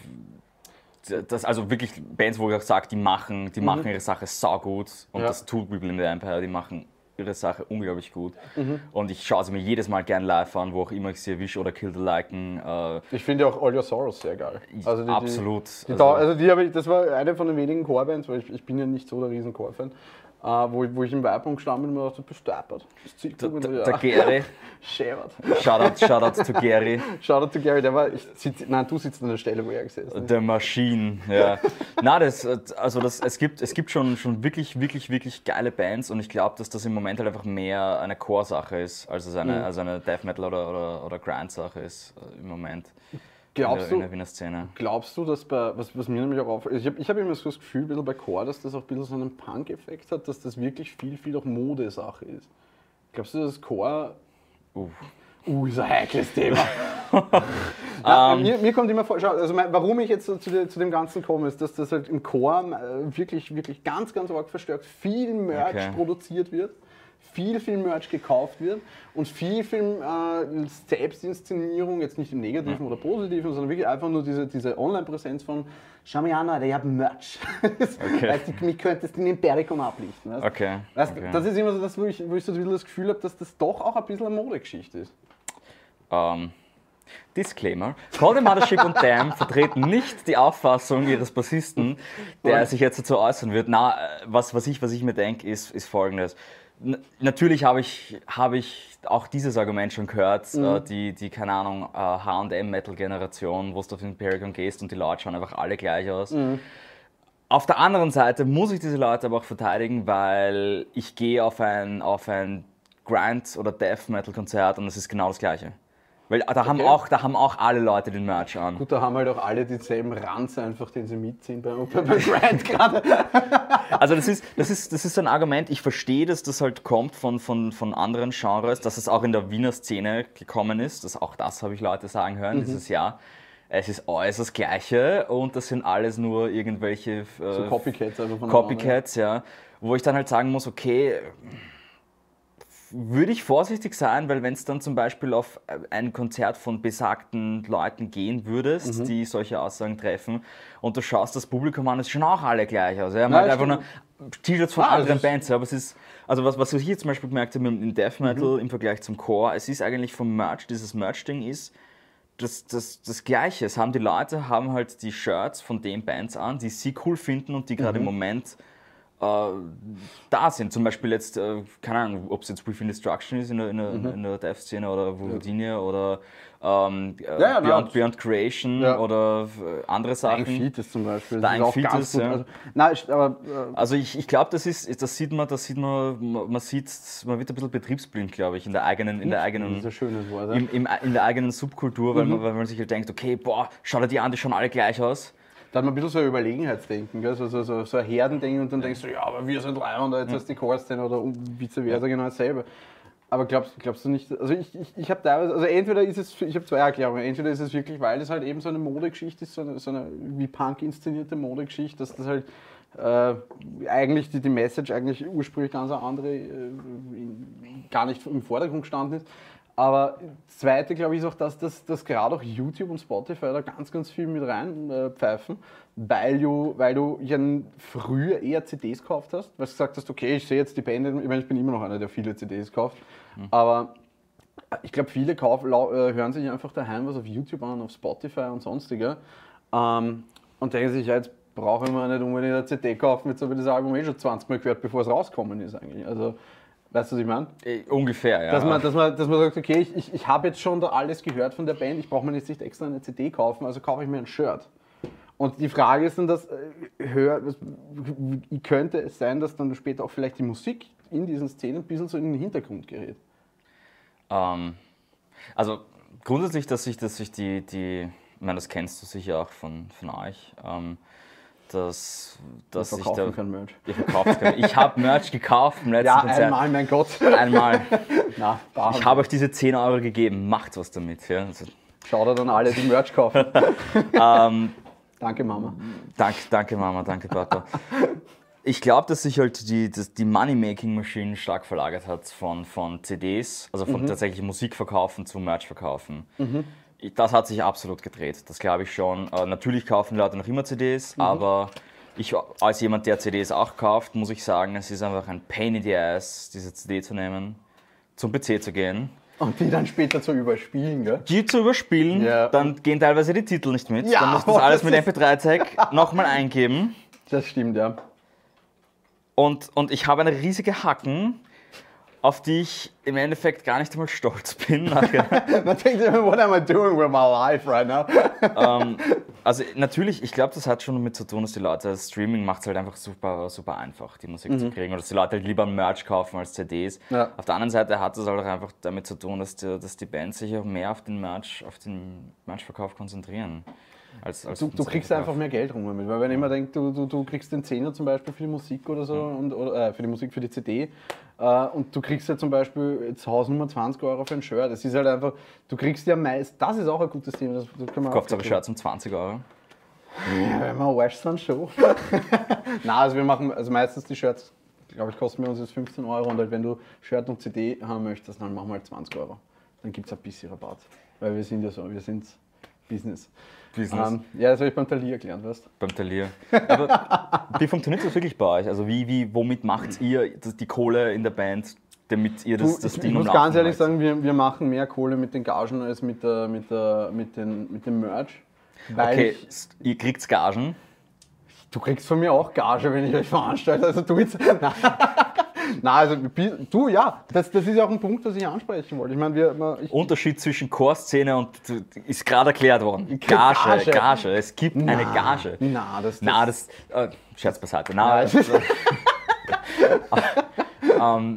das, also wirklich Bands, wo ich auch sage, die machen, die mhm. machen ihre Sache saugut und ja. das tut Weeple in the Empire, die machen ihre Sache unglaublich gut mhm. und ich schaue sie mir jedes Mal gern live an, wo auch immer ich sie erwische oder Kill the Liken. Äh, ich finde auch All Your Sorrows sehr geil. Also die, absolut. Die, die, also, also die habe ich, das war eine von den wenigen Core-Bands, weil ich, ich bin ja nicht so der riesen Core-Fan. Uh, wo, ich, wo ich im Weibpunkt gestanden bin und mir dachte, bist du deppert. Der, der, der Gary. Schäbert. Shoutout, Shoutout to Gary. Shoutout to Gary, der war, ich sitz, nein, du sitzt an der Stelle, wo er gesessen ist. Der Machine, ja. Nein, das, also das, es gibt, es gibt schon, schon wirklich, wirklich, wirklich geile Bands und ich glaube, dass das im Moment halt einfach mehr eine Core-Sache ist, als es eine, mhm. als eine Death Metal oder, oder, oder Grind-Sache ist äh, im Moment. Glaubst in der, du, in der Wiener Szene. Glaubst du, dass bei, was, was mir nämlich auch auffällt, ich habe ich hab immer so das Gefühl, ein bisschen bei Core, dass das auch ein bisschen so einen Punk-Effekt hat, dass das wirklich viel, viel auch Modesache ist. Glaubst du, dass Core... Uh, uh ist ein heikles Thema. Nein, um, mir, mir kommt immer vor, schau, also mein, warum ich jetzt so zu, de, zu dem Ganzen komme, ist, dass das halt im Core äh, wirklich, wirklich ganz, ganz arg verstärkt viel Merch okay. produziert wird. Viel, viel Merch gekauft wird und viel, viel äh, Selbstinszenierung, jetzt nicht im Negativen oder Positiven, sondern wirklich einfach nur diese, diese Online-Präsenz von schau mich an, Alter, ich hab Merch. Okay. Weißt du, mich könntest in den Bericom ablichten. Weißt? Okay. Weißt, okay. Das ist immer so das, wo ich, wo ich so ein bisschen das Gefühl habe, dass das doch auch ein bisschen eine Modegeschichte ist. Um. Disclaimer. Call the Mothership und Damn vertreten nicht die Auffassung ihres Bassisten, der ja. sich jetzt dazu äußern wird. Na, was, was, ich, was ich mir denke, ist, ist folgendes. N- natürlich habe ich, hab ich auch dieses Argument schon gehört, mhm. äh, die, die, keine Ahnung, äh, H und M-Metal-Generation, wo du auf den Imperium gehst und die Leute schauen einfach alle gleich aus. Mhm. Auf der anderen Seite muss ich diese Leute aber auch verteidigen, weil ich gehe auf ein, auf ein Grind- oder Death-Metal-Konzert und es ist genau das Gleiche. Weil da, okay. haben auch, da haben auch alle Leute den Merch an. Gut, da haben halt auch alle denselben Ranz einfach, den sie mitziehen bei, bei Grant gerade. Also das ist, das, ist, das ist ein Argument, ich verstehe, dass das halt kommt von, von, von anderen Genres, dass es auch in der Wiener Szene gekommen ist, dass auch das habe ich Leute sagen hören, mhm. dieses Jahr. Es ist alles das Gleiche und das sind alles nur irgendwelche äh, so Copycats, also von Copycats, ja. Wo ich dann halt sagen muss, okay, würde ich vorsichtig sein, weil wenn es dann zum Beispiel auf ein Konzert von besagten Leuten gehen würdest, mhm. die solche Aussagen treffen und du schaust das Publikum an, es schauen auch alle gleich aus. Ja, man hat einfach nur T-Shirts von ah, anderen Bands, aber es ist, also was, was ich hier zum Beispiel gemerkt habe im Death Metal mhm. im Vergleich zum Core, es ist eigentlich vom Merch, dieses Merch-Ding ist das, das, das Gleiche. Es haben die Leute, haben halt die Shirts von den Bands an, die sie cool finden und die gerade mhm. im Moment da sind. Zum Beispiel jetzt, äh, keine Ahnung, ob es jetzt Within Destruction ist in der, in der, mhm. in der Death-Szene oder Vulodinia ja. oder ähm, ja, ja, Beyond, Beyond Creation ja. oder andere Sachen. Dying Fetus zum Beispiel. Das Dying Fetus, ja. Also, nein, aber, äh, also ich, ich glaube, das ist, das sieht man, das sieht man, man sieht, man wird ein bisschen betriebsblind, glaube ich, in der eigenen, in der eigenen, das ist ein schönes Wort, ja. im, im, in der eigenen Subkultur, weil, mhm. man, weil man sich halt denkt, okay, boah, schau dir die an, die schauen alle gleich aus. Da hat man ein bisschen so ein Überlegenheitsdenken, gell? So, so, so, so ein Herdendenken und dann denkst du, ja, aber wir sind Leihwand, jetzt hast die Core-Szene oder vice versa, genau dasselbe. Aber glaubst, glaubst du nicht, also ich, ich, ich habe teilweise, also entweder ist es, ich habe zwei Erklärungen, entweder ist es wirklich, weil es halt eben so eine Modegeschichte ist, so eine, so eine wie Punk inszenierte Modegeschichte, dass das halt äh, eigentlich die, die Message eigentlich ursprünglich ganz eine andere, äh, gar nicht im Vordergrund gestanden ist. Aber das Zweite, glaube ich, ist auch, dass, dass, dass gerade auch YouTube und Spotify da ganz, ganz viel mit reinpfeifen, äh, weil du, weil du ja früher eher C Ds gekauft hast, weil du gesagt hast, okay, ich sehe jetzt die Band, ich meine, ich bin immer noch einer, der viele C Ds kauft, mhm. aber ich glaube, viele kauf, hören sich einfach daheim was auf YouTube an, auf Spotify und sonstige ähm, und denken sich, ja, jetzt brauche ich mir nicht unbedingt eine C D kaufen, jetzt habe ich das Album eh schon zwanzig Mal gehört, bevor es rausgekommen ist eigentlich. Also, weißt du, was ich meine? Ungefähr, ja. Dass man, dass man, dass man sagt, okay, ich, ich, ich habe jetzt schon da alles gehört von der Band, ich brauche mir jetzt nicht extra eine C D kaufen, also kaufe ich mir ein Shirt. Und die Frage ist dann, dass, hör, wie könnte es sein, dass dann später auch vielleicht die Musik in diesen Szenen ein bisschen so in den Hintergrund gerät? Ähm, also grundsätzlich, dass sich dass ich die, die, ich meine, das kennst du sicher auch von, von euch, ähm, dass, dass ich ich da, kann Merch. Ich, ich habe Merch gekauft im letzten ja, Konzert. einmal, mein Gott. Einmal. Na, ich habe euch diese zehn Euro gegeben, macht was damit. Ja. Also, schaut ihr dann alle, die Merch kaufen. ähm, danke Mama. Danke, danke Mama, danke Papa. Ich glaube, dass sich halt die, die Money-Making-Maschine stark verlagert hat von, von C Ds, also von mhm. tatsächlich Musikverkaufen zu Merch-Verkaufen. Mhm. Das hat sich absolut gedreht, das glaube ich schon. Äh, natürlich kaufen Leute noch immer C Ds, mhm. aber ich als jemand, der C Ds auch kauft, muss ich sagen, es ist einfach ein Pain in the Ass, diese C D zu nehmen, zum P C zu gehen. Und die dann später zu überspielen, gell? Die zu überspielen, ja. Dann gehen teilweise die Titel nicht mit. Ja, dann musst du das alles das mit M P drei Tag nochmal eingeben. Das stimmt, ja. Und, und ich habe eine riesige Hacken, auf die ich im Endeffekt gar nicht einmal stolz bin. Man denkt immer, what am I doing with my life right now? ähm, also natürlich, ich glaube, das hat schon damit zu tun, dass die Leute, Streaming macht es halt einfach super, super einfach, die Musik mhm. zu kriegen. Oder dass die Leute halt lieber Merch kaufen als C Ds. Ja. Auf der anderen Seite hat es halt auch einfach damit zu tun, dass die, dass die Bands sich auch mehr auf den Merch, auf den Merchverkauf konzentrieren. Als, als du, du kriegst einfach mehr Geld rum damit, weil wenn ich immer denke, du, du, du kriegst den Zehner zum Beispiel für die Musik oder so, und, oder, äh, für die Musik, für die C D äh, und du kriegst ja zum Beispiel jetzt Hausnummer zwanzig Euro für ein Shirt, das ist halt einfach, du kriegst ja meist, das ist auch ein gutes Thema. Das, das können wir Kauft eure Shirts um zwanzig Euro? Ja, wenn wir Wash sind schon. Nein, also wir machen, also meistens die Shirts, glaube ich, kosten wir uns jetzt fünfzehn Euro und halt, wenn du Shirt und C D haben möchtest, dann machen wir halt zwanzig Euro. Dann gibt es ein bisschen Rabatt, weil wir sind ja so, wir sind Business. Business. Um, ja, das habe ich beim Thalia gelernt, weißt du? Beim Thalia. Aber wie funktioniert das wirklich bei euch? Also wie, wie, womit macht ihr die Kohle in der Band, damit ihr das, du, das ich, Ding Ich muss ganz ehrlich sagen, wir, wir machen mehr Kohle mit den Gagen als mit, der, mit, der, mit, den, mit dem Merch. Weil okay, ich, ihr kriegt Gagen? Du kriegst von mir auch Gage, wenn ich euch veranstalte. Also du jetzt... Nein, also du, ja, das, das ist ja auch ein Punkt, den ich ansprechen wollte. Ich meine, wir, ich, Unterschied zwischen Chorszene und ist gerade erklärt worden. Gage, Gage, Gage. Es gibt na, eine Gage. Na, das, das, na, das äh, Scherz beiseite. Na, das, ähm,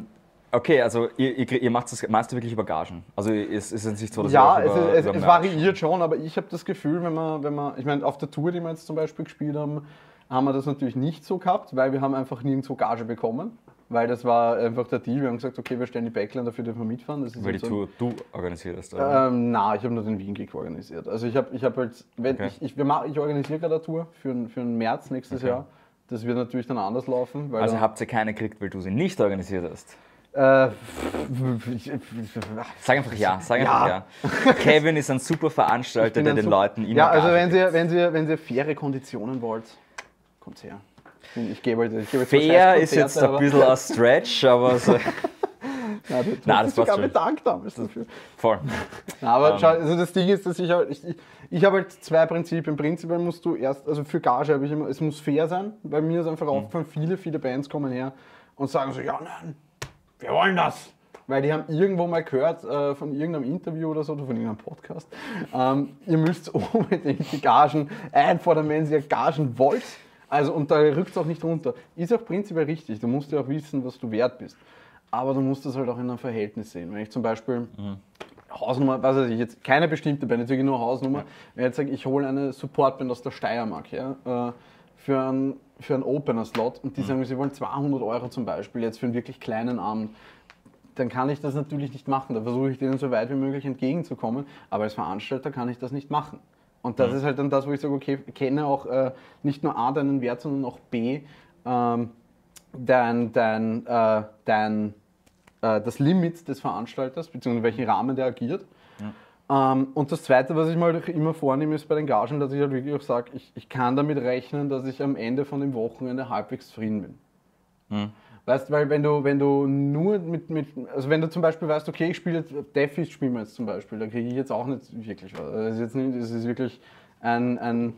Okay, also ihr, ihr, ihr macht das meiste wirklich über Gagen. Also es ist nicht so, dass ja, ihr es, über, ist, es, über es variiert schon, aber ich habe das Gefühl, wenn man, wenn man, ich meine, auf der Tour, die wir jetzt zum Beispiel gespielt haben, haben wir das natürlich nicht so gehabt, weil wir haben einfach nirgendwo Gage bekommen. Weil das war einfach der Deal. Wir haben gesagt, okay, wir stellen die Backline, dafür dürfen wir mitfahren. Das ist weil die so Tour du organisiert hast, oder? Ähm, nein, ich habe nur den Wien-Gig organisiert. Also ich habe ich hab halt, wenn Okay. ich, ich, wir mach, ich organisiere gerade eine Tour für, für den März nächstes Okay. Jahr. Das wird natürlich dann anders laufen. Weil Also dann, habt ihr keine gekriegt, weil du sie nicht organisiert hast? äh, ich, Sag einfach ja, sag Ja. einfach ja. Kevin ist ein super Veranstalter, bin der ein den Sup- Leuten immer Ja, also Gage wenn gibt. ihr, wenn ihr, wenn ihr faire Konditionen wollt, kommt's her. Ich gebe euch, ich gebe euch zwar Fair scheiß ist jetzt Konzerte, ein bisschen ein Stretch, aber so, Nein, du, du Nein, hast das dich passt sogar schon. bedankt damals dafür. voll. Na, aber Ähm. schau, also das Ding ist, dass ich halt, ich, ich, ich habe halt zwei Prinzipien. Prinzipiell musst du erst, also für Gage habe ich immer, es muss fair sein, weil mir ist einfach Mhm. aufgefallen, viele, viele Bands kommen her und sagen so, ja nein, wir wollen das. Weil die haben irgendwo mal gehört, äh, von irgendeinem Interview oder so, oder von irgendeinem Podcast, ähm, ihr müsst unbedingt die Gagen einfordern, wenn ihr Gagen wollt. Also, und da rückt es auch nicht runter. Ist auch prinzipiell richtig, du musst ja auch wissen, was du wert bist. Aber du musst das halt auch in einem Verhältnis sehen. Wenn ich zum Beispiel Hausnummer, was weiß ich jetzt, keine bestimmte Band, jetzt wirklich nur Hausnummer, wenn ich jetzt sage, ich hole eine Supportband aus der Steiermark, ja, äh, für einen, für einen Opener-Slot und die sagen, sie wollen zweihundert Euro zum Beispiel jetzt für einen wirklich kleinen Abend, dann kann ich das natürlich nicht machen. Da versuche ich denen so weit wie möglich entgegenzukommen, aber als Veranstalter kann ich das nicht machen. Und das Mhm. ist halt dann das, wo ich sage, okay, kenne auch äh, nicht nur A, deinen Wert, sondern auch B, ähm, dein, dein, äh, dein, äh, das Limit des Veranstalters, beziehungsweise welchen Rahmen der agiert. Ähm, und das Zweite, was ich mal halt immer vornehme, ist bei den Gagen, dass ich halt wirklich auch sage, ich, ich kann damit rechnen, dass ich am Ende von dem Wochenende halbwegs zufrieden bin. Mhm. Weißt du, weil wenn du, wenn du nur mit, mit, also wenn du zum Beispiel weißt, okay, ich spiele jetzt, Death spielen wir jetzt zum Beispiel, da kriege ich jetzt auch nicht wirklich was. Das ist jetzt nicht, das ist wirklich ein, ein,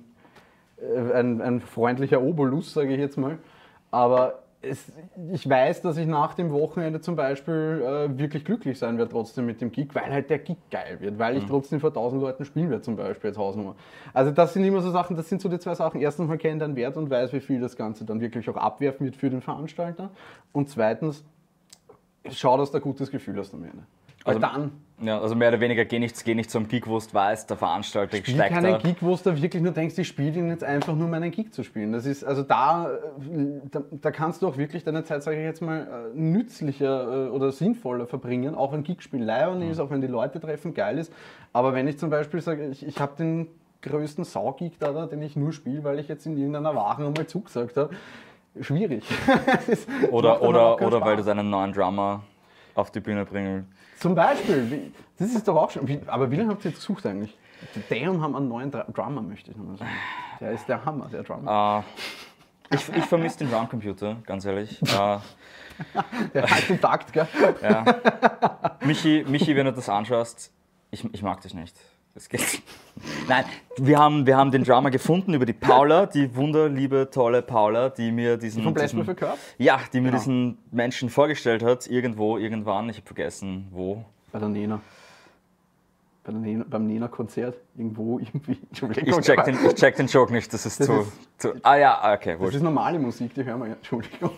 äh, ein, ein freundlicher Obolus, sage ich jetzt mal. Aber es, ich weiß, dass ich nach dem Wochenende zum Beispiel äh, wirklich glücklich sein werde trotzdem mit dem Gig, weil halt der Gig geil wird, weil ich trotzdem vor tausend Leuten spielen werde zum Beispiel als Hausnummer. Also das sind immer so Sachen, das sind so die zwei Sachen. Erstens mal kenne deinen Wert und weiß, wie viel das Ganze dann wirklich auch abwerfen wird für den Veranstalter. Und zweitens, schau, dass du ein gutes Gefühl hast am Ende. Weil Also- dann Ja, also mehr oder weniger geh nicht, geh nicht zum Gig, wo du weißt, der Veranstalter spiel steigt keinen da. Gig, wo du da wirklich nur denkst, ich spiele den jetzt einfach nur, um einen Gig zu spielen. Das ist, also da, äh, da, da kannst du auch wirklich deine Zeit, sage ich jetzt mal, äh, nützlicher äh, oder sinnvoller verbringen. Auch ein Gig-Spiel leibend ist, auch wenn die Leute treffen, geil ist. Aber wenn ich zum Beispiel sage, ich, ich habe den größten Saugig da, da, den ich nur spiele, weil ich jetzt in irgendeiner Wachen einmal zugesagt habe, schwierig. Das ist- das Oder, macht dann auch oder, keinen oder weil du Spaß. deinen neuen Drummer auf die Bühne bringen. Zum Beispiel, wie- das ist doch auch schon. Wie, aber wie lange habt ihr jetzt gesucht eigentlich? Die Damn haben einen neuen Dra- Drummer, möchte ich nochmal sagen. Der ist der Hammer, der Drummer. Äh, ich ich vermisse den Drumcomputer, ganz ehrlich. Äh, Der hat den Takt, gell? ja. Michi, Michi, wenn du das anschaust, ich, ich mag dich nicht. Das geht. Nein, wir haben, wir haben den Drummer gefunden über die Paula, die wunderliebe, tolle Paula, die mir diesen. Vom diesen Blessed with a Curve? ja, die mir Genau. diesen Menschen vorgestellt hat, irgendwo, irgendwann, ich habe vergessen, wo. Bei der Nena. Bei der Nena, beim Nena-Konzert. Irgendwo, irgendwie. Entschuldigung. Ich check den, ich check den Joke nicht, das ist Das zu, ist- zu. Ah ja, okay, Das wurscht. ist normale Musik, die hören wir ja. Entschuldigung.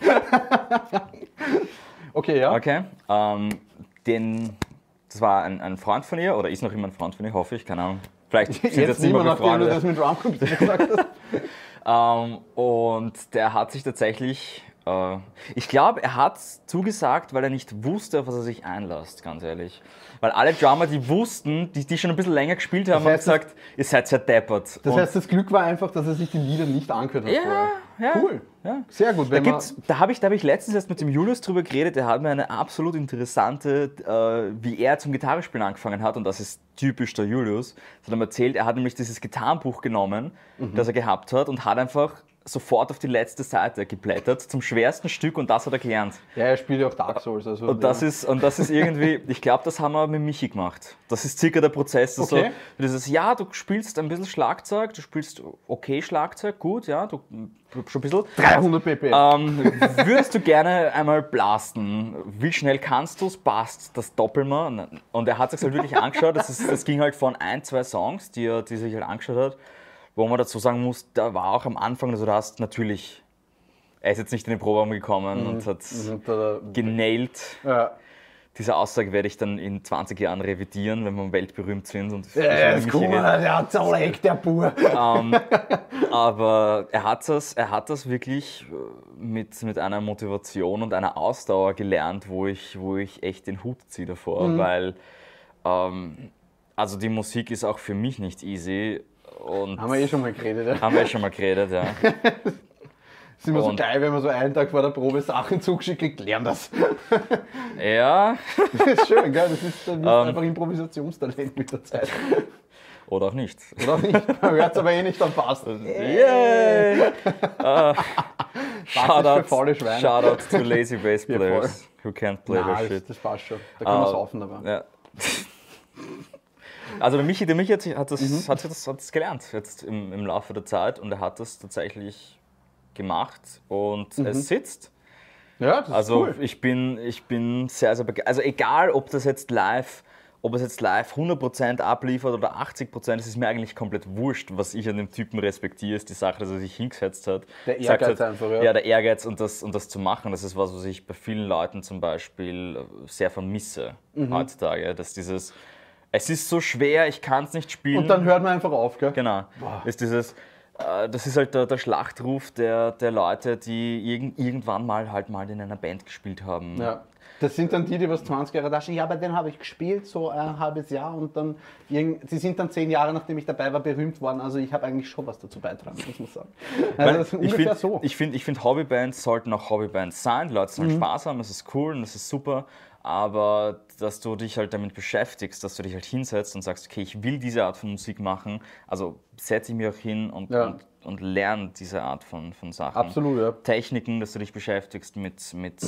Okay, ja. Okay. Ähm, den, das war ein, ein Freund von ihr, oder ist noch immer ein Freund von ihr, hoffe ich, keine Ahnung. Vielleicht sind Jetzt jetzt nicht mehr niemand, nachdem du befreundet. das mit Drumcomputer gesagt hast. Ähm, und der hat sich tatsächlich, äh, ich glaube, er hat zugesagt, weil er nicht wusste, auf was er sich einlässt, ganz ehrlich. Weil alle Drummer, die wussten, die, die schon ein bisschen länger gespielt haben, Das heißt, haben gesagt, ihr seid sehr deppert. Das Und heißt, das Glück war einfach, dass er sich die Lieder nicht angehört hat. Ja, vorher. ja. Cool. Ja. Sehr gut. Da, Wenn man, gibt's, da habe ich, da hab ich letztens erst mit dem Julius drüber geredet, der hat mir eine absolut interessante, äh, wie er zum Gitarrespielen angefangen hat, und das ist typisch der Julius. Das hat er mir erzählt, er hat nämlich dieses Gitarrenbuch genommen, Mhm. das er gehabt hat, und hat einfach sofort auf die letzte Seite geblättert, zum schwersten Stück, und das hat er gelernt. ja, er spielt ja auch Dark Souls. Also, Und das ja. ist, und das ist irgendwie, ich glaube, das haben wir mit Michi gemacht. Das ist circa der Prozess. Das Okay. so, dieses, ja, du spielst ein bisschen Schlagzeug, du spielst okay Schlagzeug, gut, ja, du schon ein bisschen. dreihundert B P M. Ähm, würdest du gerne einmal blasten? Wie schnell kannst du es? Passt das doppelt mal? Und er hat sich halt wirklich angeschaut. Das, ist, das ging halt von ein, zwei Songs, die er die sich halt angeschaut hat, wo man dazu sagen muss, da war auch am Anfang, also du hast natürlich er ist jetzt nicht in den Proberaum gekommen Mhm. und hat Und da- genailt. Ja. Diese Aussage werde ich dann in zwanzig Jahren revidieren, wenn wir weltberühmt sind. Und Ja, ja, ich ist mich cool, rede. der hat zerlegt, der Bur. Ähm, aber er hat das, er hat das wirklich mit, mit einer Motivation und einer Ausdauer gelernt, wo ich, wo ich echt den Hut ziehe davor, Mhm. weil ähm, also die Musik ist auch für mich nicht easy. Und Haben wir eh schon mal geredet. Ja. haben wir schon mal geredet, ja. Ist immer so Und- geil, wenn man so einen Tag vor der Probe Sachen zugeschickt kriegt, lern das. Ja, Das ist schön, gell? Das ist, das ist Ähm. einfach Improvisationstalent mit der Zeit. oder auch nicht. Oder nicht? Man hört es aber eh nicht, dann passt. Yay! Uh, shout, für out, faule Schweine. shout out to lazy bass Ja, players who can't play Nein, their das, shit. das passt schon. Da kann man Ah, saufen dabei. Ja. Also der Michi, der Michi hat, sich- hat, das, Mhm. hat, das, hat das gelernt jetzt im, im Laufe der Zeit und er hat das tatsächlich gemacht und es sitzt. Ja, das Also ist cool. ich bin, ich bin sehr, sehr begeistert. Also egal, ob das jetzt live, ob es jetzt live hundert Prozent abliefert oder achtzig Prozent, es ist mir eigentlich komplett wurscht. Was ich an dem Typen respektiere, ist die Sache, dass er sich hingesetzt hat. Der Gesagt Ehrgeiz hat, einfach, ja. Ja, der Ehrgeiz und das, und das zu machen, das ist was, was ich bei vielen Leuten zum Beispiel sehr vermisse Mhm. heutzutage. Dass dieses, es ist so schwer, ich kann es nicht spielen. Und dann hört man einfach auf, gell? Genau. Ist dieses, äh, das ist halt der, der Schlachtruf der, der Leute, die irgend, irgendwann mal halt mal in einer Band gespielt haben. Ja. Das sind dann die, die was zwanzig Jahre da stehen. Ja, bei denen habe ich gespielt, so ein halbes Jahr. Und dann, irgend- sie sind dann zehn Jahre, nachdem ich dabei war, berühmt worden. Also ich habe eigentlich schon was dazu beitragen, muss man sagen. Also Weil das ist ich ungefähr finde, so. ich find, ich find, Hobbybands sollten auch Hobbybands sein. Die Leute sollen Mhm. Spaß haben, das ist cool und das ist super. Aber dass du dich halt damit beschäftigst, dass du dich halt hinsetzt und sagst, okay, ich will diese Art von Musik machen, also setze ich mich auch hin und, Ja. und, und lerne diese Art von, von Sachen. Absolut, ja. Techniken, dass du dich beschäftigst mit, mit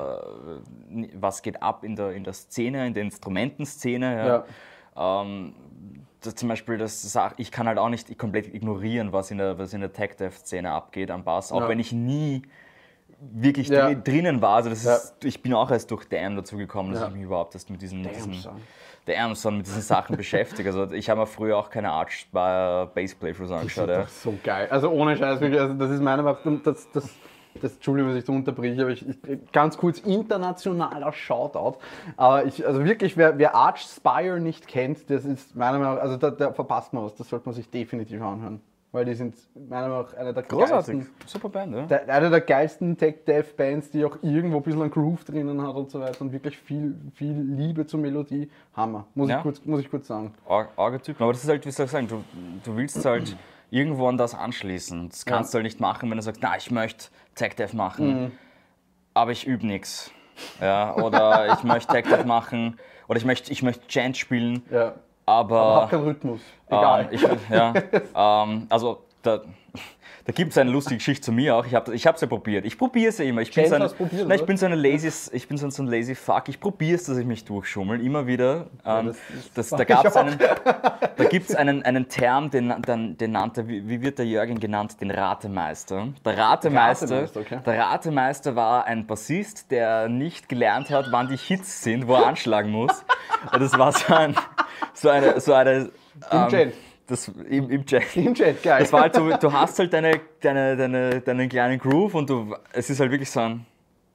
äh, was geht ab in der, in der Szene, in der Instrumentenszene. Ja. Ähm, das zum Beispiel, das Sach- ich kann halt auch nicht komplett ignorieren, was in der, was in der Tech-Dev-Szene abgeht am Bass, auch Ja. wenn ich nie wirklich Ja. dri- drinnen war. Also das Ja. ist, ich bin auch erst durch Damn dazu gekommen, dass Ja. ich mich überhaupt erst mit diesen, Damn, diesen son. Damn, son, mit diesen Sachen beschäftige. Also ich habe mir früher auch keine Arch bei Bass-Playthroughs angeschaut. Ja. Das ist so geil. Also ohne Scheiß, wirklich. Also das ist meine Meinung. Das, das, das, Entschuldigung, dass ich da unterbreche, aber ich, ich, ganz kurz internationaler Shoutout. Aber ich, also wirklich, wer, wer Arch Spire nicht kennt, das ist meiner Meinung nach, also da, da verpasst man was. Das sollte man sich definitiv anhören. Weil die sind meiner Meinung nach einer der Großartig. geilsten, Super Band, ja. der, eine der geilsten Tech-Dev-Bands, die auch irgendwo ein bisschen einen Groove drinnen hat und so weiter und wirklich viel, viel Liebe zur Melodie. Hammer, muss, Ja. ich, kurz, muss ich kurz sagen. Ar- Arge Typen. Aber das ist halt, wie soll ich sagen, du, du willst halt irgendwo an das anschließen. Das kannst du halt nicht machen, wenn du sagst, na, ich möchte Tech-Dev machen, aber ich übe nichts. Ja, oder ich möchte Tech-Dev machen, oder ich möchte ich möchte Chant spielen, Ja. aber... Aber hab keinen Rhythmus. Egal. Ähm, ich, ja, ähm, also da, da gibt es eine lustige Geschichte zu mir auch. Ich habe es ja probiert. Ich probiere es ja immer. Ich bin, Chance so eine, hast probiert, nein, ich oder? bin so eine lazy, ich bin so, so ein lazy Fuck. Ich probiere es, dass ich mich durchschummel, immer wieder. Ähm, das das, ist- da mach gab ich es einen, da gibt's einen, einen Term, den, den, den nannte, wie, wie wird der Jürgen genannt? Den Ratemeister. Der Ratemeister, Ratemeister, okay. der Ratemeister war ein Bassist, der nicht gelernt hat, wann die Hits sind, wo er anschlagen muss. Und das war so, ein, so eine... So eine Im Chat. Das, im, im Chat. Im Chat, geil. Das war halt so, du hast halt deine, deine, deine, deinen kleinen Groove und du, es ist halt wirklich so ein...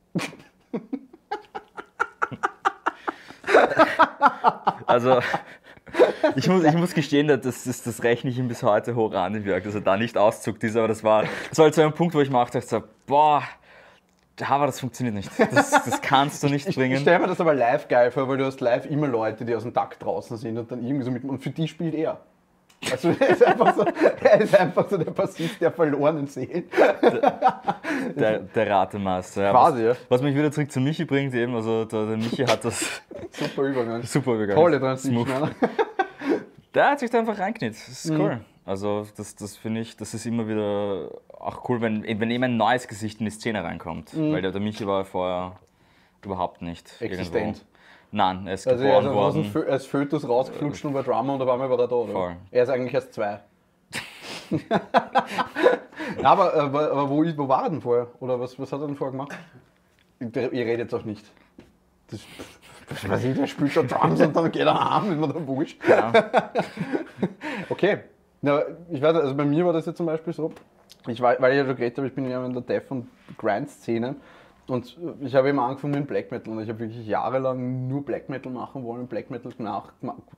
Also, ich muss, ich muss gestehen, das, das, das rechne ich ihm bis heute hoch an, den Jörg, dass er da nicht auszuckt ist, aber das war, das war halt so ein Punkt, wo ich mir auch dachte, so, boah, aber das funktioniert nicht. Das, das kannst du nicht Ich, bringen. ich stelle mir das aber live geil vor, weil du hast live immer Leute, die aus dem Takt draußen sind und dann irgendwie so mit. Und für die spielt er. Also er ist einfach so, er ist einfach so der Bassist der verlorenen Seelen. Der, der Ratemeister. Ja, Quasi, ja. was, was mich wieder zurück zu Michi bringt, eben, also der, der Michi hat das Super Übergang. super übergangen. Tolle Transition. Smooth. Der hat sich da einfach reingekniet. Das ist cool. Also das, das finde ich, das ist immer wieder auch cool, wenn, wenn eben ein neues Gesicht in die Szene reinkommt. Weil der, der Michi war ja vorher überhaupt nicht Existent. irgendwo. Nein, er ist Also er geboren ist aus dem worden. Fö als Fötus rausgeflutscht und war Drummer und auf einmal war er da, oder? Voll. Er ist eigentlich erst zwei. Ja, aber, aber, aber wo, wo war er denn vorher? Oder was, was hat er denn vorher gemacht? Ihr, ihr redet auch nicht. Das, das weiß ich, der spielt schon Drums und dann geht er heim, ist mir da wurscht. Ja. Okay. Na, ich weiß, also bei mir war das jetzt zum Beispiel so, ich war, weil ich ja schon geredet habe, ich bin ja in der Death- und Grind-Szene und ich habe immer angefangen mit Black Metal und ich habe wirklich jahrelang nur Black Metal machen wollen, Black Metal gemacht,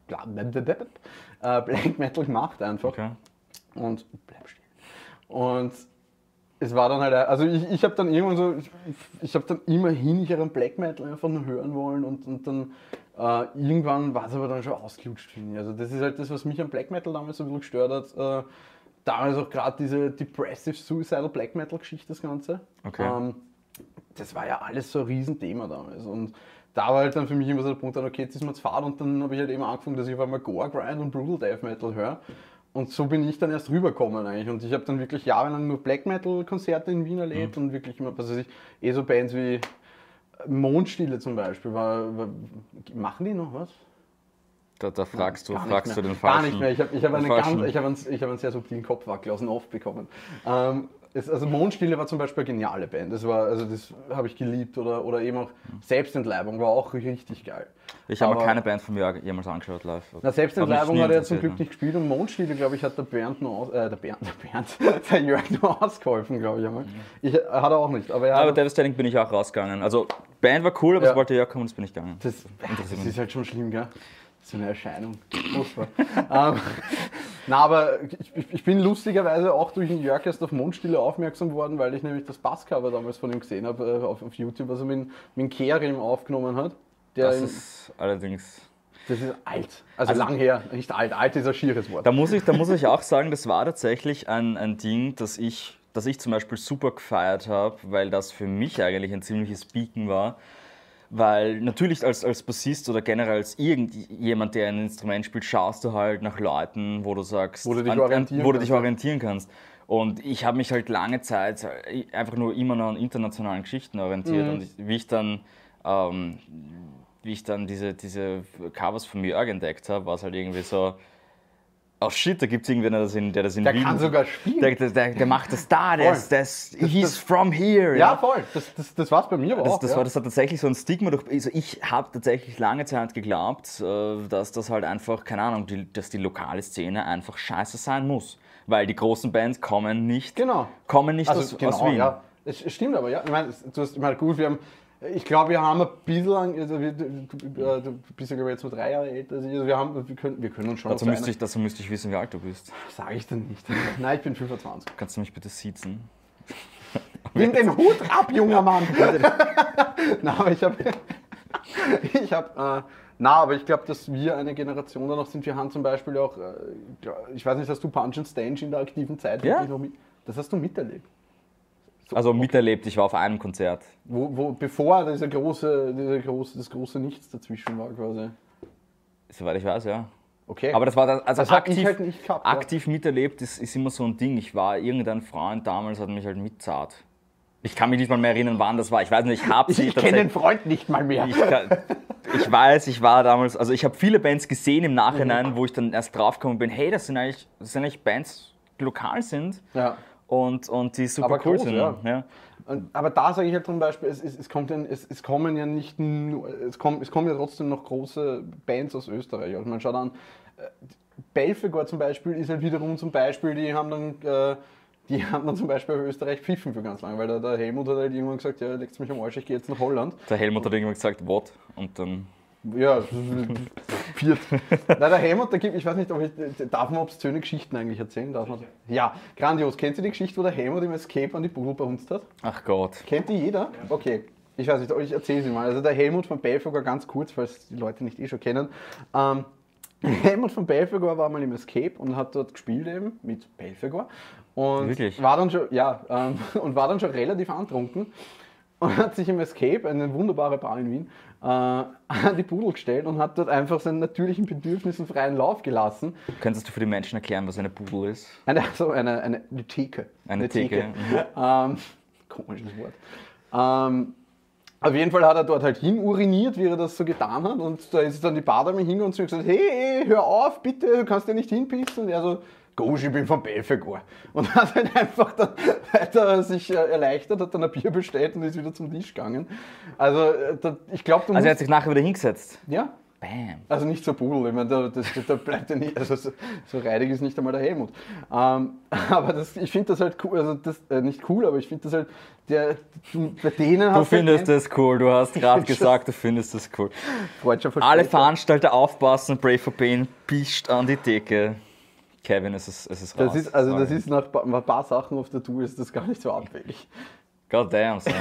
äh, Black Metal gemacht einfach. Okay. Und bleib stehen. Und es war dann halt, also ich, ich habe dann irgendwann so, ich, ich habe dann immerhin ich einen Black Metal einfach nur hören wollen und, und dann äh, irgendwann war es aber dann schon ausgelutscht, finde ich. Also das ist halt das, was mich am Black Metal damals so ein bisschen gestört hat. Äh, damals auch gerade diese Depressive Suicidal Black Metal Geschichte, das Ganze. Okay. Ähm, das war ja alles so ein Riesenthema damals und da war halt dann für mich immer so der Punkt, okay, jetzt ist mir zu fad und dann habe ich halt eben angefangen, dass ich auf einmal Gore Grind und Brutal Death Metal höre. Und so bin ich dann erst rübergekommen eigentlich. Und ich habe dann wirklich jahrelang nur Black Metal Konzerte in Wien erlebt mhm. und wirklich immer, was weiß ich, eh so Bands wie Mondstille zum Beispiel. War, war, machen die noch was? Da, da fragst du, Gar fragst du den Gar falschen. nicht mehr. Ich habe ich hab einen, falschen. ganz, ich hab einen, ich hab einen sehr subtilen Kopfwackel aus dem Off bekommen. Ähm, es, also Mondstille war zum Beispiel eine geniale Band. Das war, also das habe ich geliebt. Oder, oder eben auch Selbstentleibung war auch richtig geil. Ich habe mir keine Band von mir jemals angeschaut live. Na, Selbstentleibung hat er zum Glück nicht gespielt und Mondstille, glaube ich, hat der Bernd nur aus, äh, der Bernd, der Bernd, der Jörg nur ausgeholfen, glaube ich einmal. Ich, hat er auch nicht. Aber, er aber Devastating bin ich auch rausgegangen. Also Band war cool, aber ja. sobald der Jörg kommt, das bin ich gegangen. Das, das ist halt schon schlimm, gell? So eine Erscheinung. ähm, na, aber ich, ich bin lustigerweise auch durch den Jörg erst auf Mondstille aufmerksam worden, weil ich nämlich das Basscover damals von ihm gesehen habe auf, auf YouTube, was er mit, mit Kerim aufgenommen hat. Der das in, ist allerdings... Das ist alt. Also, also lang her, nicht alt. Alt ist ein schieres Wort. Da muss ich, da muss ich auch sagen, das war tatsächlich ein, ein Ding, das ich, das ich zum Beispiel super gefeiert habe, weil das für mich eigentlich ein ziemliches Beacon war. Weil natürlich als, als Bassist oder generell als irgendjemand, der ein Instrument spielt, schaust du halt nach Leuten, wo du sagst, wo du dich, an, orientieren, an, wo du dich orientieren kannst. Und ich habe mich halt lange Zeit einfach nur immer noch an internationalen Geschichten orientiert. Mhm. Und wie ich dann, ähm, wie ich dann diese, diese Covers von Jörg entdeckt habe, war es halt irgendwie so, oh shit, da gibt es irgendwen, der das in, der das in der Wien... Der kann sogar spielen. Der, der, der macht das da, der ist, der ist, he's das, from here. Ja, ja. voll. Das, das, das war es bei mir das, auch. Das, ja. war, das hat tatsächlich so ein Stigma. Durch, also ich habe tatsächlich lange Zeit geglaubt, dass das halt einfach, keine Ahnung, die, dass die lokale Szene einfach scheiße sein muss. Weil die großen Bands kommen nicht, genau. kommen nicht also, aus, genau, aus Wien. Ja. Es stimmt aber, ja. Ich meine, du hast, ich meine gut, wir haben... Ich glaube, wir haben ein bisschen, also wir, du, du bist ja glaube ich jetzt nur drei Jahre älter, also wir, haben, wir, können, wir können uns schon... Dazu müsste, ich, dazu müsste ich wissen, wie alt du bist. Sage ich denn nicht. Nein, ich bin fünfundzwanzig. Kannst du mich bitte siezen? Nimm den Hut ab, junger Mann! Na, aber ich habe... Ich habe... Äh, na, aber ich glaube, dass wir eine Generation da noch sind. Wir haben zum Beispiel auch... Äh, ich weiß nicht, hast du Punch and Stange in der aktiven Zeit? Ja. Noch mit, das hast du miterlebt. So, also miterlebt, ich war auf einem Konzert. Wo, wo, bevor dieser große, dieser große, das große Nichts dazwischen war quasi. Soweit ich weiß, ja. Okay. Aber das war das, also das aktiv, ich halt nicht gehabt, aktiv ja. miterlebt ist, ist immer so ein Ding. Ich war, irgendein Freund damals hat mich halt mitzahlt. Ich kann mich nicht mal mehr erinnern, wann das war. Ich weiß nicht, ich habe sie Ich kenne den Freund nicht mal mehr. Ich, kann, ich weiß, ich war damals, also ich habe viele Bands gesehen im Nachhinein, mhm. wo ich dann erst draufgekommen bin, hey, das sind eigentlich, das sind eigentlich Bands, die lokal sind. Ja. Und, und die super aber cool groß, sind. Ja. Ja. Und, aber da sage ich halt zum Beispiel, es, es, es, kommt ja, es, es kommen ja nicht nur, es, kommen, es kommen ja trotzdem noch große Bands aus Österreich. Also man schaut an, äh, Belfegor zum Beispiel ist halt wiederum zum Beispiel, die haben dann, äh, die haben dann zum Beispiel auf Österreich pfiffen für ganz lange, weil der, der Helmut hat halt irgendwann gesagt, ja, legst mich am Arsch, ich gehe jetzt nach Holland. Der Helmut hat irgendwann gesagt, what? Und dann... Ja, viert. Nein, der Helmut, der gibt, ich weiß nicht, ob ich, darf man obszöne Geschichten eigentlich erzählen? Darf man? Ja, grandios. Kennst du die Geschichte, wo der Helmut im Escape an die Pudel behunzt hat? Ach Gott. Kennt die jeder? Okay. Ich weiß nicht, ich erzähle sie mal. Also der Helmut von Belfegor, ganz kurz, falls die Leute nicht eh schon kennen. Ähm, Helmut von Belfegor war mal im Escape und hat dort gespielt eben mit Belfegor. Und Wirklich? war dann schon, ja, ähm, und war dann schon relativ antrunken. Und hat sich im Escape, eine wunderbare Bar in Wien, äh, an die Pudel gestellt und hat dort einfach seinen natürlichen Bedürfnissen freien Lauf gelassen. Könntest du für die Menschen erklären, was eine Pudel ist? Eine, also eine, eine, eine Theke. Eine, eine Theke. Theke. Mhm. Ähm, komisches Wort. Ähm, auf jeden Fall hat er dort halt hin uriniert, wie er das so getan hat. Und da ist dann die Bardame hingegangen und so gesagt, hey, hör auf, bitte, du kannst ja nicht hinpissen. Und er so, Gosch, ich bin von Belfegor. Und hat halt einfach dann weiter sich erleichtert, hat dann ein Bier bestellt und ist wieder zum Tisch gegangen. Also, ich glaube, du Also er hat sich nachher wieder hingesetzt? Ja. Bam. Also nicht so Pudel, ich meine, da, das, da bleibt ja nicht, also so, so reidig ist nicht einmal der Helmut. Ähm, aber das, ich finde das halt cool, also das, äh, nicht cool, aber ich finde das halt, der, du, bei denen Du hast findest halt das cool, du hast gerade gesagt, du findest das cool. Alle Veranstalter aufpassen, Brave for Pain pischt an die Theke. Kevin, es ist, es ist raus. Das ist, also das ist nach ein paar Sachen auf der Tour ist das gar nicht so abwegig. God damn, son.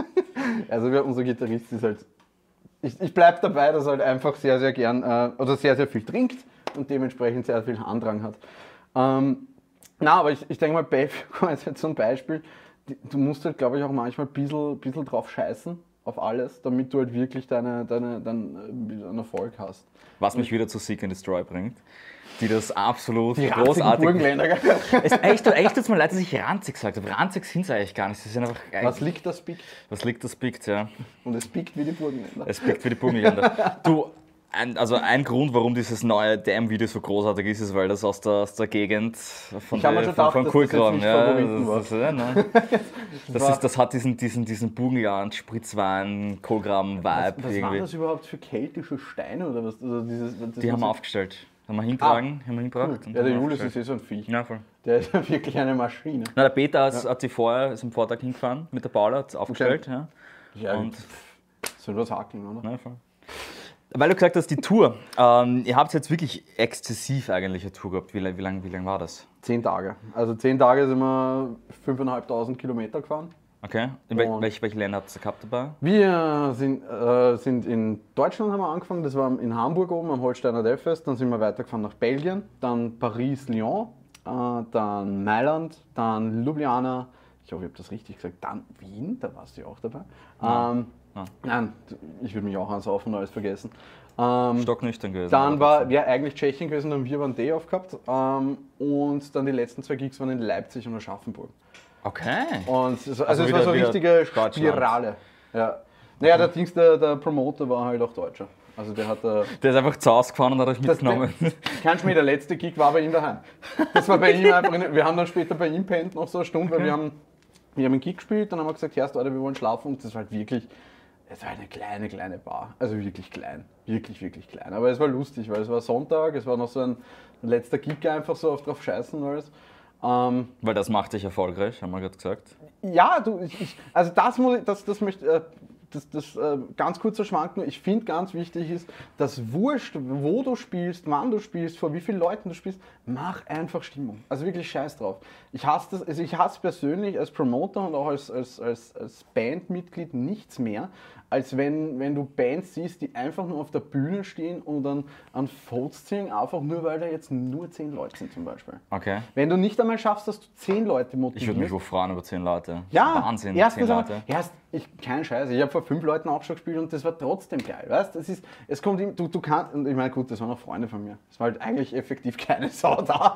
Also wir, unser Gitarrist ist halt, ich, ich bleibe dabei, dass er halt einfach sehr, sehr gern, äh, oder sehr, sehr viel trinkt und dementsprechend sehr viel Andrang hat. Ähm, na, aber ich, ich denke mal, Belfegor ist jetzt so ein Beispiel, du musst halt, glaube ich, auch manchmal ein bisschen, bisschen drauf scheißen, auf alles, damit du halt wirklich deine, deine, deinen, deinen Erfolg hast. Was mich wieder zu Seek and Destroy bringt, die das absolut die großartig... Burgenländer. Es, echt, echt tut mir leid, dass ich ranzig gesagt habe. Ranzig sind sie eigentlich gar nicht. Sie sind einfach Was liegt, das biegt. Was liegt, das biegt, ja. Und es biegt wie die Burgenländer. Es biegt wie die Burgenländer. Du, ein, also ein Grund, warum dieses neue D M-Video so großartig ist, ist, weil das aus der, aus der Gegend von, ich der, von, gedacht, von Kulkram, ja, das, das, ja, ne? das, ist, das hat diesen, diesen, diesen Burgenland, Spritzwein, Kohlgraben-Vibe. Was, was irgendwie. waren das überhaupt für keltische Steine oder was? Also dieses, das die haben wir aufgestellt. Haben wir hintragen, ah, haben wir hingebracht. Cool. Ja, der Julius ist eh so ein Viech. Ja, voll. Der ist ja wirklich eine Maschine. Na, der Peter hat, ja. hat sie vorher, ist am Vortag hingefahren mit der Paula, hat es aufgestellt. Okay. Ja. Ja, und soll was hakeln, oder? Ja, voll. Weil du gesagt hast, die Tour, ähm, ihr habt jetzt wirklich exzessiv eigentlich eine Tour gehabt. Wie, wie lange wie lang war das? Zehn Tage. Also zehn Tage sind wir fünftausendfünfhundert Kilometer gefahren. Okay. In wel welche, welche Länder habt ihr gehabt dabei? Wir sind, äh, sind in Deutschland haben wir angefangen, das war in Hamburg oben am Holsteiner Delfest, dann sind wir weitergefahren nach Belgien, dann Paris, Lyon, äh, dann Mailand, dann Ljubljana, ich hoffe, ich habe das richtig gesagt, dann Wien, da warst du ja auch dabei. Ja. Ähm, ja. Nein, ich würde mich auch ansaufen und alles vergessen. Ähm, Stocknüchtern gewesen. Dann war ja eigentlich Tschechien gewesen, dann haben wir einen Day off gehabt ähm, und dann die letzten zwei Gigs waren in Leipzig und Aschaffenburg. Okay. Und so, also, also es wieder, war so eine richtige Spirale. Ja. Naja, der Dings, der, der Promoter war halt auch Deutscher. Also der hat äh, Der ist einfach zu Hause gefahren und hat euch mitgenommen. Kein Schmäh, der letzte Gig war bei ihm daheim. Das war bei ihm einfach, eine, wir haben dann später bei ihm pennt noch so eine Stunde, okay. weil wir haben, wir haben einen Gig gespielt, dann haben wir gesagt, ja, Leute, wir wollen schlafen und das war halt wirklich, es war eine kleine, kleine Bar. Also wirklich klein. Wirklich, wirklich klein. Aber es war lustig, weil es war Sonntag, es war noch so ein, ein letzter Gig einfach so auf drauf scheißen und alles. Ähm, Weil das macht dich erfolgreich, haben wir gerade gesagt. Ja, du, ich, ich, also das muss ich, das, das möchte äh, das, das äh, ganz kurzer Schwank nur, ich finde ganz wichtig ist, dass wurscht, wo du spielst, wann du spielst, vor wie vielen Leuten du spielst, mach einfach Stimmung. Also wirklich scheiß drauf. Ich hasse das, also ich hasse persönlich als Promoter und auch als, als, als, als Bandmitglied nichts mehr, als wenn, wenn du Bands siehst, die einfach nur auf der Bühne stehen und dann an Fotos ziehen, einfach nur, weil da jetzt nur zehn Leute sind zum Beispiel. Okay. Wenn du nicht einmal schaffst, dass du zehn Leute motivierst. Ich würde mich wohl freuen über zehn Leute. Ja, Wahnsinn, erstens zehn Leute. Erst, ich, kein Scheiß, ich habe vor fünf Leuten auch schon gespielt und das war trotzdem geil, weißt? Das ist, es kommt, du, du kannst, und ich meine, gut, das waren auch Freunde von mir. Es war halt eigentlich effektiv keine Sau da.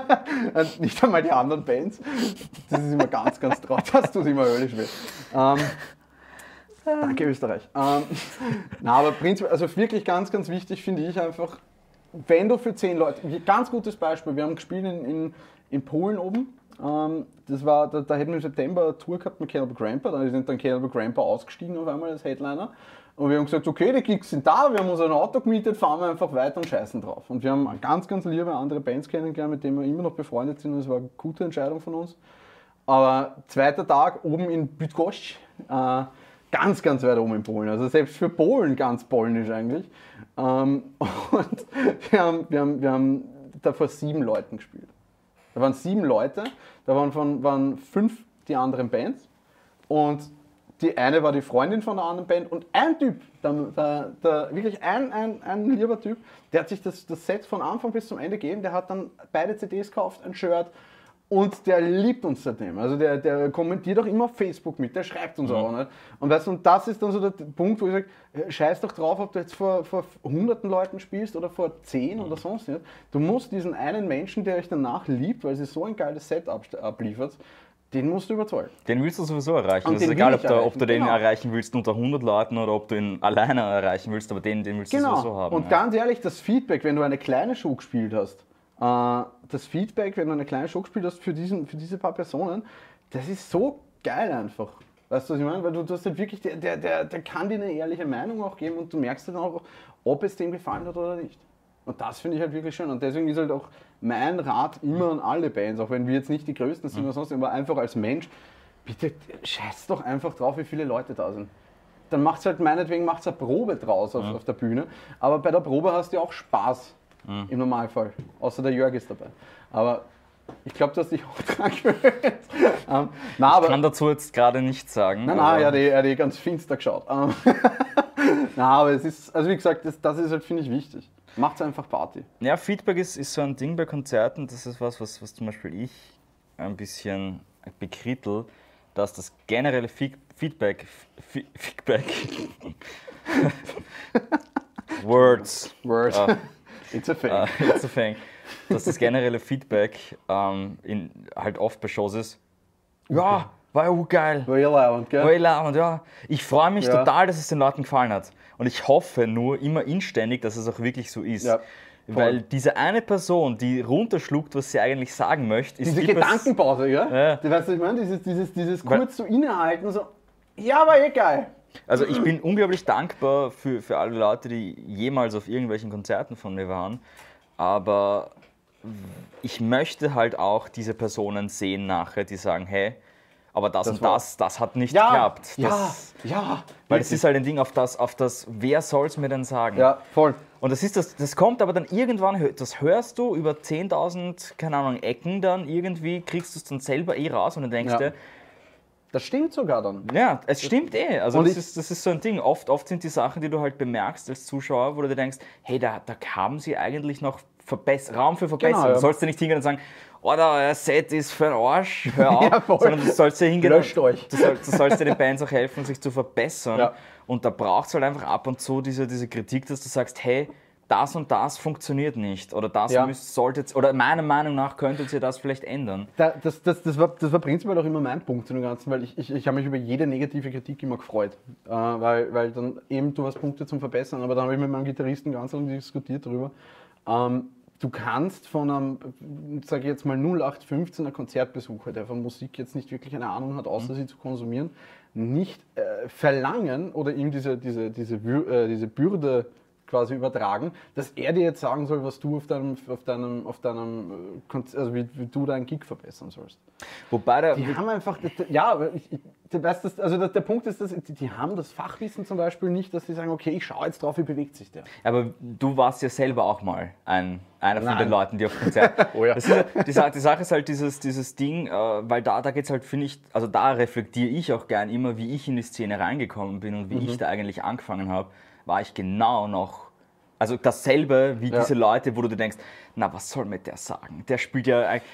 Nicht einmal die anderen Bands. Das ist immer ganz, ganz traurig, das tut immer höllisch weh. Ähm, Danke Österreich. Ähm, na, aber prinzipiell, also wirklich ganz, ganz wichtig finde ich einfach, wenn du für zehn Leute, ganz gutes Beispiel, wir haben gespielt in, in, in Polen oben, ähm, das war, da, da hätten wir im September eine Tour gehabt mit Cannibal Grandpa, dann sind dann Cannibal Grandpa ausgestiegen auf einmal als Headliner und wir haben gesagt, okay, die Gigs sind da, wir haben uns ein Auto gemietet, fahren wir einfach weiter und scheißen drauf. Und wir haben ganz, ganz liebe andere Bands kennengelernt, mit denen wir immer noch befreundet sind und es war eine gute Entscheidung von uns. Aber zweiter Tag oben in Bydgoszcz, äh, ganz, ganz weit oben in Polen, also selbst für Polen ganz polnisch eigentlich. Ähm, und wir haben, wir, haben, wir haben da vor sieben Leuten gespielt. Da waren sieben Leute, da waren, von, waren fünf die anderen Bands und die eine war die Freundin von der anderen Band und ein Typ, der, der, der, wirklich ein, ein, ein lieber Typ, der hat sich das, das Set von Anfang bis zum Ende gegeben, der hat dann beide C Ds gekauft, ein Shirt. Und der liebt uns seitdem. Also der, der kommentiert auch immer auf Facebook mit, der schreibt uns mhm. auch. Nicht? Und, weißt, und das ist dann so der Punkt, wo ich sage, scheiß doch drauf, ob du jetzt vor, vor hunderten Leuten spielst oder vor zehn mhm. oder sonst nicht. Du musst diesen einen Menschen, der euch danach liebt, weil sie so ein geiles Set abliefert, den musst du überzeugen. Den willst du sowieso erreichen. Und es ist egal, ob, da, ob du den genau. erreichen willst unter hundert Leuten oder ob du ihn alleine erreichen willst, aber den, den willst du genau. sowieso haben. Und ja. ganz ehrlich, das Feedback, wenn du eine kleine Show gespielt hast, das Feedback, wenn du eine kleine Show gespielt hast für, diesen, für diese paar Personen, das ist so geil einfach. Weißt du, was ich meine? Weil du, du hast halt wirklich, der, der, der, der kann dir eine ehrliche Meinung auch geben und du merkst dann auch, ob es dem gefallen hat oder nicht. Und das finde ich halt wirklich schön. Und deswegen ist halt auch mein Rat immer an alle Bands, auch wenn wir jetzt nicht die Größten sind oder sonst, aber einfach als Mensch, bitte scheiß doch einfach drauf, wie viele Leute da sind. Dann macht es halt, meinetwegen macht es eine Probe draus auf, ja. auf der Bühne. Aber bei der Probe hast du ja auch Spaß, mhm. im Normalfall. Außer der Jörg ist dabei. Aber ich glaube, du hast dich auch dran gewöhnt. ähm, na, ich aber, kann dazu jetzt gerade nichts sagen. Nein, nein, er hat eh, eh ganz finster geschaut. Ähm, na, aber es ist, also wie gesagt, das, das ist halt, finde ich, wichtig. Macht's einfach Party. Ja, Feedback ist, ist so ein Ding bei Konzerten, das ist was, was, was zum Beispiel ich ein bisschen bekrittel, dass das generelle Feedback, Feedback, Feedback, Words, Words, uh, it's a thing. Uh, it's a thing. Dass das generelle Feedback ähm, in, halt oft bei Shows ist, ja, war ja geil. War ja lauernd, gell? War ja lauernd, ja. Ich freue mich ja. total, dass es den Leuten gefallen hat. Und ich hoffe nur immer inständig, dass es auch wirklich so ist. Ja. Weil diese eine Person, die runterschluckt, was sie eigentlich sagen möchte, ist diese die Gedankenpause, gell? Ja. Die, weißt du, was ich meine? Dieses, dieses, dieses kurz so innehalten, so, ja, war eh geil. Also ich bin unglaublich dankbar für, für alle Leute, die jemals auf irgendwelchen Konzerten von mir waren. Aber ich möchte halt auch diese Personen sehen nachher, die sagen, hey, aber das, das und das, das hat nicht ja, geklappt. Das, ja, ja. Weil es ist halt ein Ding, auf das, auf das wer soll es mir denn sagen? Ja, voll. Und das ist das, das kommt aber dann irgendwann, das hörst du über zehntausend, keine Ahnung, Ecken dann irgendwie, kriegst du es dann selber eh raus und dann denkst ja. du, das stimmt sogar dann. Ja, es stimmt eh. Also das ist, das ist so ein Ding. Oft, oft sind die Sachen, die du halt bemerkst als Zuschauer, wo du dir denkst, hey, da, da haben sie eigentlich noch Verbess- Raum für Verbesserung. Genau, ja. Du sollst ja nicht hingehen und sagen, oh, der Set ist für einen Arsch, hör auf. Ja, sondern du sollst ja hingehen Löscht euch. Du sollst, du sollst ja den Bands auch helfen, sich zu verbessern. Ja. Und da braucht es halt einfach ab und zu diese, diese Kritik, dass du sagst, hey, das und das funktioniert nicht oder das ja. müsst, solltet, oder meiner Meinung nach könntet ihr das vielleicht ändern. Da, das, das, das, war, das war prinzipiell auch immer mein Punkt zu dem Ganzen, weil ich, ich, ich habe mich über jede negative Kritik immer gefreut, äh, weil, weil dann eben du hast Punkte zum Verbessern, aber dann habe ich mit meinem Gitarristen ganz lange diskutiert darüber. Ähm, du kannst von einem, sage ich jetzt mal null acht fünfzehn, ein Konzertbesucher, der von Musik jetzt nicht wirklich eine Ahnung hat, außer mhm. sie zu konsumieren, nicht äh, verlangen oder ihm diese, diese, diese, äh, diese Bürde quasi übertragen, dass er dir jetzt sagen soll, was du auf deinem, auf deinem, auf deinem also wie, wie du deinen Gig verbessern sollst. Wobei der die haben einfach, ja, ich, ich, du weißt, das, also der, der Punkt ist, dass die, die haben das Fachwissen zum Beispiel nicht, dass sie sagen, okay, ich schaue jetzt drauf, wie bewegt sich der. Aber du warst ja selber auch mal ein, einer von Nein. den Leuten, die auf Konzert. oh ja. Das ist, die, die Sache ist halt dieses, dieses Ding, äh, weil da, da geht es halt, finde ich, also da reflektiere ich auch gern immer, wie ich in die Szene reingekommen bin und wie mhm. ich da eigentlich angefangen habe, war ich genau noch, also dasselbe wie ja. diese Leute, wo du dir denkst, na, was soll mir der sagen? Der spielt ja eigentlich...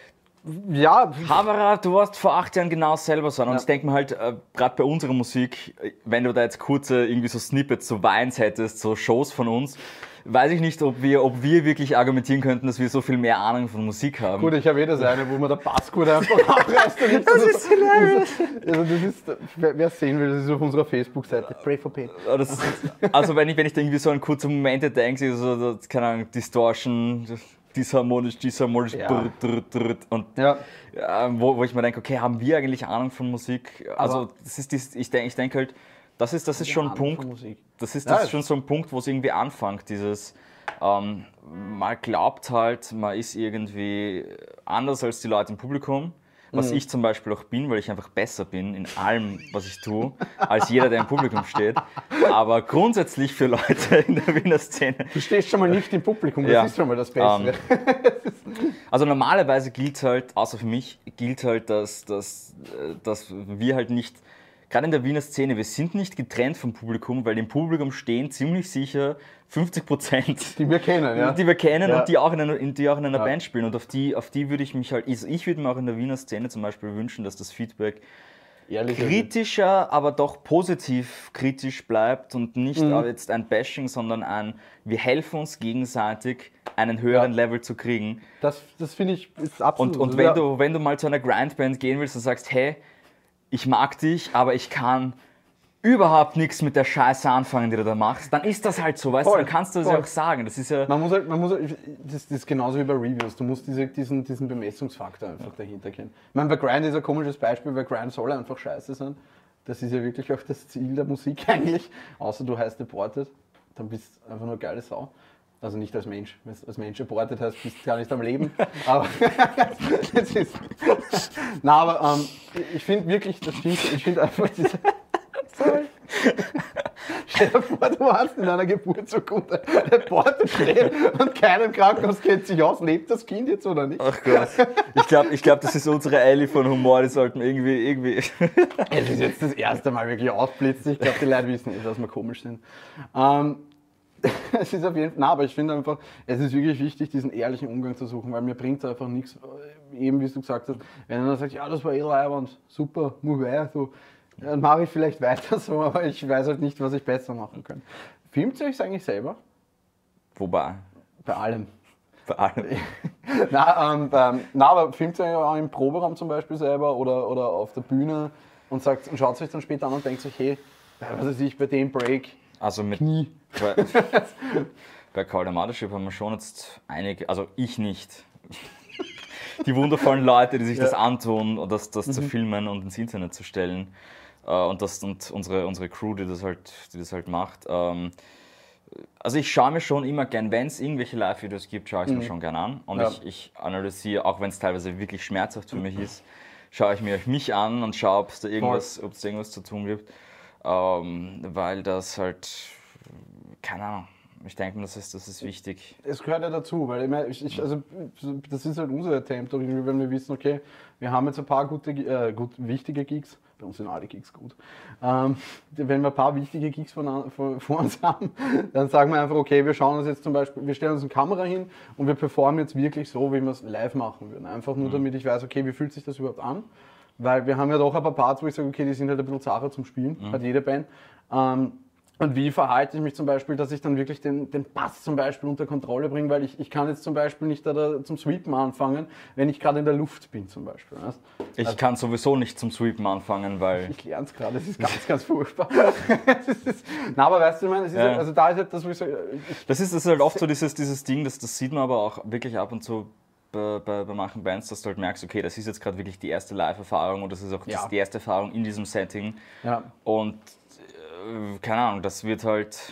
Ja, Havara, du warst vor acht Jahren genau selber so. Und ja. ich denke mir halt, äh, gerade bei unserer Musik, wenn du da jetzt kurze irgendwie so Snippets, so Vines hättest, so Shows von uns, weiß ich nicht, ob wir, ob wir wirklich argumentieren könnten, dass wir so viel mehr Ahnung von Musik haben. Gut, ich habe eh das eine, wo man der Bass gut einfach abreißt. Das, das ist hilarious. Also das ist, wer es sehen will, das ist auf unserer Facebook-Seite. Pray for Pain. Das, also wenn ich, wenn ich da irgendwie so an kurze Momente denke, so, das, keine Ahnung, Distortion, disharmonisch, disharmonisch, ja. brr, brr, brr, und ja. äh, wo, wo ich mir denke, okay, haben wir eigentlich Ahnung von Musik? Also Aber das ist, das, ich denke ich denk halt, das ist, das ist schon ein Punkt, das ist, das ja, ist schon so ein Punkt, wo es irgendwie anfängt, dieses, ähm, man glaubt halt, man ist irgendwie anders als die Leute im Publikum, was mhm. ich zum Beispiel auch bin, weil ich einfach besser bin in allem, was ich tue, als jeder, der im Publikum steht. Aber grundsätzlich für Leute in der Wiener Szene... Du stehst schon mal nicht im Publikum, das ja. ist schon mal das Beste. Ähm, also normalerweise gilt halt, außer für mich, gilt halt, dass, dass, dass wir halt nicht... Gerade in der Wiener Szene, wir sind nicht getrennt vom Publikum, weil im Publikum stehen ziemlich sicher fünfzig Prozent, die wir kennen, ja. die wir kennen ja. und die auch in einer, die auch in einer ja. Band spielen. Und auf die, auf die würde ich mich halt, also ich würde mir auch in der Wiener Szene zum Beispiel wünschen, dass das Feedback Ehrlich kritischer, also. aber doch positiv kritisch bleibt und nicht mhm. jetzt ein Bashing, sondern ein, wir helfen uns gegenseitig, einen höheren ja. Level zu kriegen. Das, das finde ich ist absolut. Und, und wenn, du, wenn du mal zu einer Grindband gehen willst und sagst, hey, ich mag dich, aber ich kann überhaupt nichts mit der Scheiße anfangen, die du da machst, dann ist das halt so, weißt voll, du, dann kannst du das voll. ja auch sagen. Das ist ja man muss halt, man muss halt, das, das ist genauso wie bei Reviews, du musst diese, diesen, diesen Bemessungsfaktor einfach dahinter kennen. Ich meine, bei Grind ist ein komisches Beispiel, weil Grind soll einfach scheiße sein. das ist ja wirklich auch das Ziel der Musik eigentlich, außer du heißt Deported, dann bist du einfach nur eine geile Sau. Also nicht als Mensch, wenn du als Mensch Deported heißt, bist du gar nicht am Leben. Aber, das ist, na, aber ähm, ich finde wirklich, das stimmt, ich finde einfach diese... Sorry. Stell dir vor, du hast in einer Geburtsurkunde Deported steht und keiner im Krankenhaus kennt sich aus, lebt das Kind jetzt oder nicht? Ach Gott, ich glaube, ich glaub, das ist unsere Ellie von Humor, die sollten irgendwie... irgendwie Es ist jetzt das erste Mal wirklich ausblitzt, ich glaube, die Leute wissen nicht, dass wir komisch sind. Ähm, es ist auf jeden Fall, nein, aber ich finde einfach, es ist wirklich wichtig, diesen ehrlichen Umgang zu suchen, weil mir bringt es einfach nichts, eben wie du gesagt hast, wenn einer sagt, ja, das war eh leibend, super, mouais, so, dann mache ich vielleicht weiter so, aber ich weiß halt nicht, was ich besser machen kann. Filmt ihr euch eigentlich selber? Wobei? Bei allem. Bei allem. na, ähm, beim, na, aber filmt ihr euch auch im Proberaum zum Beispiel selber oder, oder auf der Bühne und, sagt, und schaut es euch dann später an und denkt euch, hey, was weiß ich, bei dem Break, also mit Knie. Bei, bei Call the Mothership haben wir schon jetzt einige, also ich nicht, die wundervollen Leute, die sich ja. das antun und das, das mhm. zu filmen und ins Internet zu stellen äh, und, das, und unsere, unsere Crew, die das halt, die das halt macht. Ähm, also ich schaue mir schon immer gern, wenn es irgendwelche Live-Videos gibt, schaue ich es mhm. mir schon gern an und ja. ich, ich analysiere, auch wenn es teilweise wirklich schmerzhaft für mich ist, schaue ich mir mich an und schaue, ob es da irgendwas, ob es da irgendwas zu tun gibt. Ähm, weil das halt, keine Ahnung, ich denke, das ist, das ist wichtig. Es gehört ja dazu, weil ich meine, ich, also, das ist halt unser Attempt, wenn wir wissen, okay, wir haben jetzt ein paar gute, äh, gut, wichtige Gigs, bei uns sind alle Gigs gut, ähm, wenn wir ein paar wichtige Gigs vor, vor, vor uns haben, dann sagen wir einfach, okay, wir schauen uns jetzt zum Beispiel, wir stellen uns eine Kamera hin und wir performen jetzt wirklich so, wie wir es live machen würden. Einfach nur, mhm. damit ich weiß, okay, wie fühlt sich das überhaupt an? Weil wir haben ja doch ein paar Parts, wo ich sage, okay, die sind halt ein bisschen zacher zum Spielen, mhm. hat jede Band. Ähm, und wie verhalte ich mich zum Beispiel, dass ich dann wirklich den, den Bass zum Beispiel unter Kontrolle bringe, weil ich, ich kann jetzt zum Beispiel nicht da, da zum Sweepen anfangen, wenn ich gerade in der Luft bin zum Beispiel. Also, ich kann sowieso nicht zum Sweepen anfangen, weil... Ich lerne es gerade, das ist ganz, ganz furchtbar. ist, na, aber weißt du, ich meine, es ist ja. halt, also da ist halt das, wo ich sage... Ich, das, ist, das ist halt oft so dieses, dieses Ding, das, das sieht man aber auch wirklich ab und zu bei, bei, bei manchen Bands, dass du halt merkst, okay, das ist jetzt gerade wirklich die erste Live-Erfahrung und das ist auch ja. das, die erste Erfahrung in diesem Setting. Ja. Und äh, keine Ahnung, das wird halt,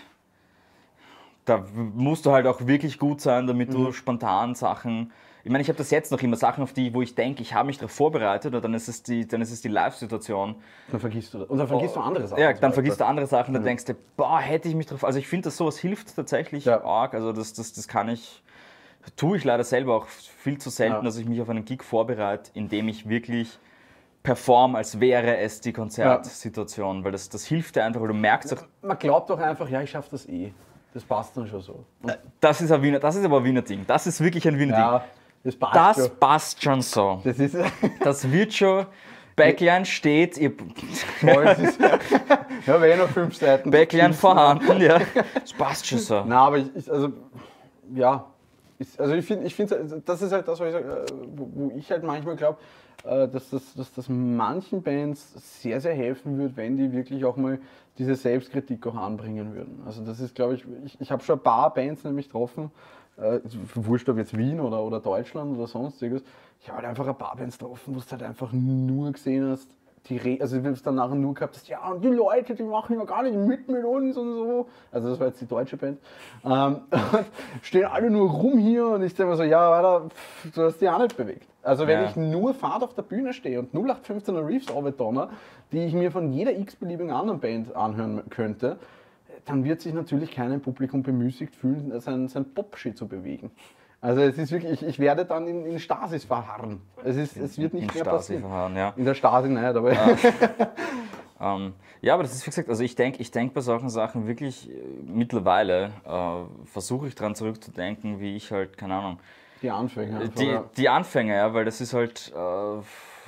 da musst du halt auch wirklich gut sein, damit mhm. du spontan Sachen, ich meine, ich habe das jetzt noch immer Sachen, auf die, wo ich denke, ich habe mich darauf vorbereitet und dann ist es die, dann ist es die Live-Situation. Dann vergisst du das. Und dann vergisst oh, du andere Sachen. Ja, dann vergisst du andere Sachen, dann mhm. denkst du, boah, hätte ich mich drauf, also ich finde, dass sowas hilft tatsächlich ja. arg, also das, das, das kann ich... Tue ich leider selber auch viel zu selten, ja. dass ich mich auf einen Gig vorbereite, indem ich wirklich performe, als wäre es die Konzertsituation. Ja. Weil das, das hilft dir einfach, weil du merkst auch... Man glaubt doch einfach, ja, ich schaffe das eh. Das passt dann schon so. Und das ist, ein Wiener, das ist aber ein Wiener Ding. Das ist wirklich ein Wiener ja, Ding. Das passt, das schon. passt schon so. Das, ist das wird schon... Backline steht... Ihr Voll, das ist, ja, aber eh noch fünf Seiten. Backline vorhanden, ja. Das passt schon so. Nein, aber ich, ich also... Ja... Also ich finde, ich find, das ist halt das, was ich sage, wo ich halt manchmal glaube, dass das, dass das manchen Bands sehr, sehr helfen würde, wenn die wirklich auch mal diese Selbstkritik auch anbringen würden. Also das ist, glaube ich, ich, ich habe schon ein paar Bands nämlich getroffen, äh, wurscht ob jetzt Wien oder, oder Deutschland oder sonst irgendwas, ich habe halt einfach ein paar Bands getroffen, wo du halt einfach nur gesehen hast, die Re also wenn du es dann nachher nur gehabt hast, ja, und die Leute, die machen ja gar nicht mit mit uns und so. Also das war jetzt die deutsche Band. Ähm, stehen alle nur rum hier und ich denke mir so, ja, Alter, pff, du hast dich auch nicht bewegt. Also wenn ja. ich nur Fahrt auf der Bühne stehe und null acht fünfzehner Reefs aufdonner, die ich mir von jeder x-beliebigen anderen Band anhören könnte, dann wird sich natürlich kein Publikum bemüßigt fühlen, sein, sein Pop-Shit zu bewegen. Also es ist wirklich, ich, ich werde dann in, in Stasis verharren. Es, ist, es wird nicht in mehr Stasi passieren. Verharren, ja. In der Stasi nicht, aber... Ja. ähm, ja, aber das ist wie gesagt, also ich denke ich denk bei solchen Sachen wirklich, äh, mittlerweile äh, versuche ich dran zurückzudenken, wie ich halt, keine Ahnung... Die Anfänge. Einfach, die, ja. die Anfänge, ja, weil das ist halt, äh,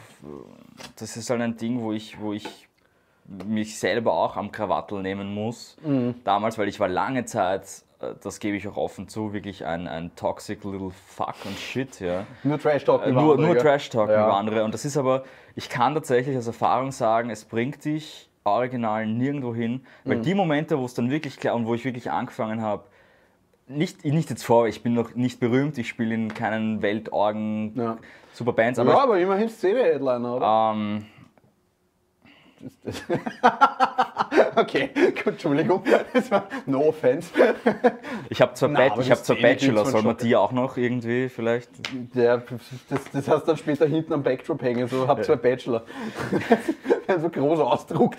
das ist halt ein Ding, wo ich, wo ich mich selber auch am Krawattel nehmen muss. Mhm. Damals, weil ich war lange Zeit... Das gebe ich auch offen zu, wirklich ein, ein toxic little fuck und shit, ja. Nur Trash-Talk äh, über nur, andere. Nur Trash-Talk ja. über andere. Und das ist aber, ich kann tatsächlich aus Erfahrung sagen, es bringt dich original nirgendwo hin, weil mhm. die Momente, wo es dann wirklich klar und wo ich wirklich angefangen habe, nicht, nicht jetzt vor, ich bin noch nicht berühmt, ich spiele in keinen Weltorgen, ja. super Bands. Aber ja, ich, aber immerhin Szene-Headliner, oder? Ähm, das, das okay, gut, Entschuldigung, das war no offense. Ich habe zwar, Na, Ba- ich hab zwar Szene Bachelor, gibt's soll man schon. die auch noch irgendwie vielleicht? Der, das, das hast du dann später hinten am Backdrop hängen, so hab zwei Bachelor. So groß Ausdruck.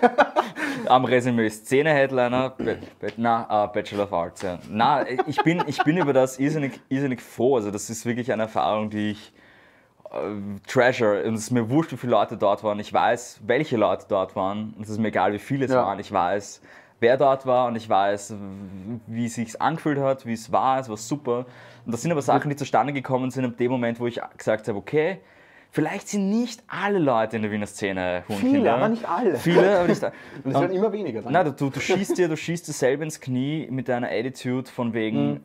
Am Resümee Szene-Headliner, Ba- Ba- na, äh, Bachelor of Arts. Ja. Na, ich bin, ich bin über das irrsinnig, irrsinnig froh. Also das ist wirklich eine Erfahrung, die ich äh, treasure. Und es ist mir wurscht, wie viele Leute dort waren. Ich weiß, welche Leute dort waren. Und es ist mir egal, wie viele es Ja. waren. Ich weiß, wer dort war und ich weiß, wie es sich angefühlt hat, wie es war. Es war super. Und das sind aber Sachen, die zustande gekommen sind in dem Moment, wo ich gesagt habe, okay, vielleicht sind nicht alle Leute in der Wiener Szene Hurenkinder. Viele, aber nicht alle. Viele, aber nicht alle. Und es werden immer weniger. Dann. Na, du, du, schießt dir, du schießt dir selber ins Knie mit deiner Attitude von wegen,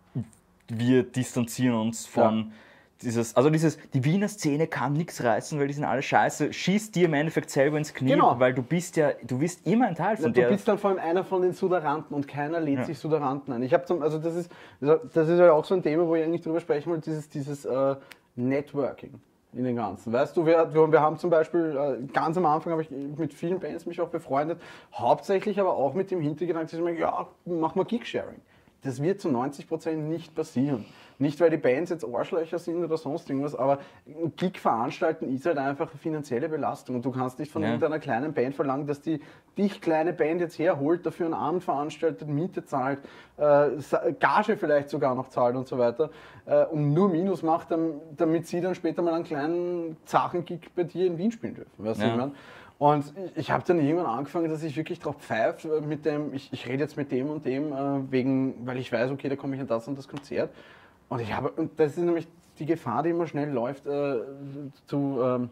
wir distanzieren uns von Ja. dieses, also dieses, die Wiener Szene kann nichts reißen, weil die sind alle scheiße. Schießt dir im Endeffekt selber ins Knie, Genau. weil du bist ja, du bist immer ein Teil von Ja, der. du bist dann vor allem einer von den Suderanten und keiner lädt Ja. sich Suderanten ein. Ich habe zum, also das ist, das ist ja auch so ein Thema, wo ich eigentlich drüber sprechen wollte, dieses, dieses äh, Networking in den Ganzen. Weißt du, wir, wir, wir haben zum Beispiel, äh, ganz am Anfang habe ich mit vielen Bands mich auch befreundet, hauptsächlich aber auch mit dem Hintergedanken, dass ich mir, ja, mach mal Gig-Sharing. Das wird zu neunzig Prozent nicht passieren. Nicht, weil die Bands jetzt Arschlöcher sind oder sonst irgendwas, aber ein Gig veranstalten ist halt einfach eine finanzielle Belastung. Und du kannst nicht von Ja. irgendeiner kleinen Band verlangen, dass die dich kleine Band jetzt herholt, dafür einen Abend veranstaltet, Miete zahlt, äh, Gage vielleicht sogar noch zahlt und so weiter, äh, und nur Minus macht, damit sie dann später mal einen kleinen Zachen-Gig bei dir in Wien spielen dürfen. Weißt du, Ja. was ich meine? Und ich habe dann irgendwann angefangen, dass ich wirklich drauf pfeife mit dem, ich, ich rede jetzt mit dem und dem, äh, wegen, weil ich weiß, okay, da komme ich an das und das Konzert. Und ich habe, und das ist nämlich die Gefahr, die immer schnell läuft, äh, zu, ähm,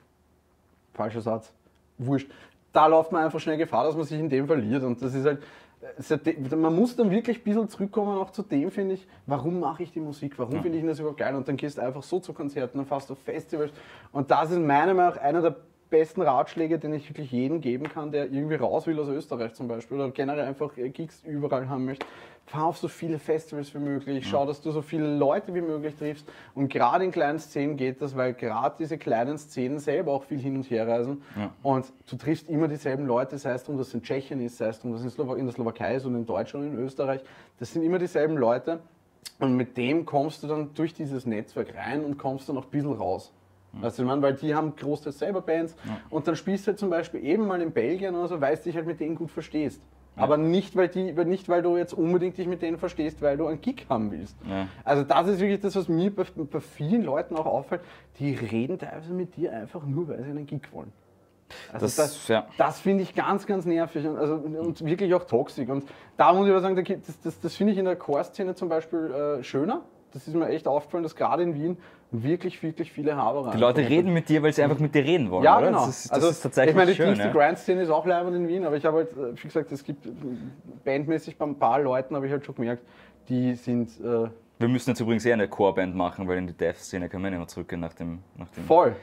falscher Satz, wurscht. Da läuft man einfach schnell Gefahr, dass man sich in dem verliert. Und das ist halt, man muss dann wirklich ein bisschen zurückkommen, auch zu dem, finde ich, warum mache ich die Musik, warum Ja. finde ich das überhaupt geil? Und dann gehst du einfach so zu Konzerten, dann fährst du auf Festivals. Und das ist meiner Meinung nach einer der besten Ratschläge, den ich wirklich jedem geben kann, der irgendwie raus will aus Österreich zum Beispiel oder generell einfach Gigs überall haben möchte. Fahr auf so viele Festivals wie möglich, schau, dass du so viele Leute wie möglich triffst. Und gerade in kleinen Szenen geht das, weil gerade diese kleinen Szenen selber auch viel hin und her reisen. Ja. Und du triffst immer dieselben Leute, sei es drum, dass es in Tschechien ist, sei es drum, dass es in der Slowakei ist und in Deutschland und in Österreich. Das sind immer dieselben Leute. Und mit dem kommst du dann durch dieses Netzwerk rein und kommst dann auch ein bisschen raus. Weißt du, ich meine, weil die haben großteils selber Bands Ja. und dann spielst du halt zum Beispiel eben mal in Belgien oder so, weil du dich halt mit denen gut verstehst. Ja. Aber nicht weil, die, nicht, weil du jetzt unbedingt dich mit denen verstehst, weil du einen Gig haben willst. Ja. Also das ist wirklich das, was mir bei, bei vielen Leuten auch auffällt, die reden teilweise mit dir einfach nur, weil sie einen Gig wollen. Also Das- das, das, ja. finde ich ganz, ganz nervig und, also, und wirklich auch toxisch. Und da muss ich aber sagen, da gibt- das, das, das finde ich in der Core-Szene zum Beispiel äh, schöner. Das ist mir echt aufgefallen, dass gerade in Wien wirklich, wirklich viele Haberer. Die Leute reden mit dir, weil sie einfach mit dir reden wollen, Ja, oder? genau. Das ist, das also, ist tatsächlich ich meine, die schön. Kingston Ja. Grind-Szene ist auch leibend in Wien, aber ich habe halt, äh, wie gesagt, es gibt äh, bandmäßig bei ein paar Leuten, habe ich halt schon gemerkt, die sind äh, Wir müssen jetzt übrigens eher eine Chorband machen, weil in die Death-Szene kann man nicht mehr zurückgehen nach dem... Nach dem voll.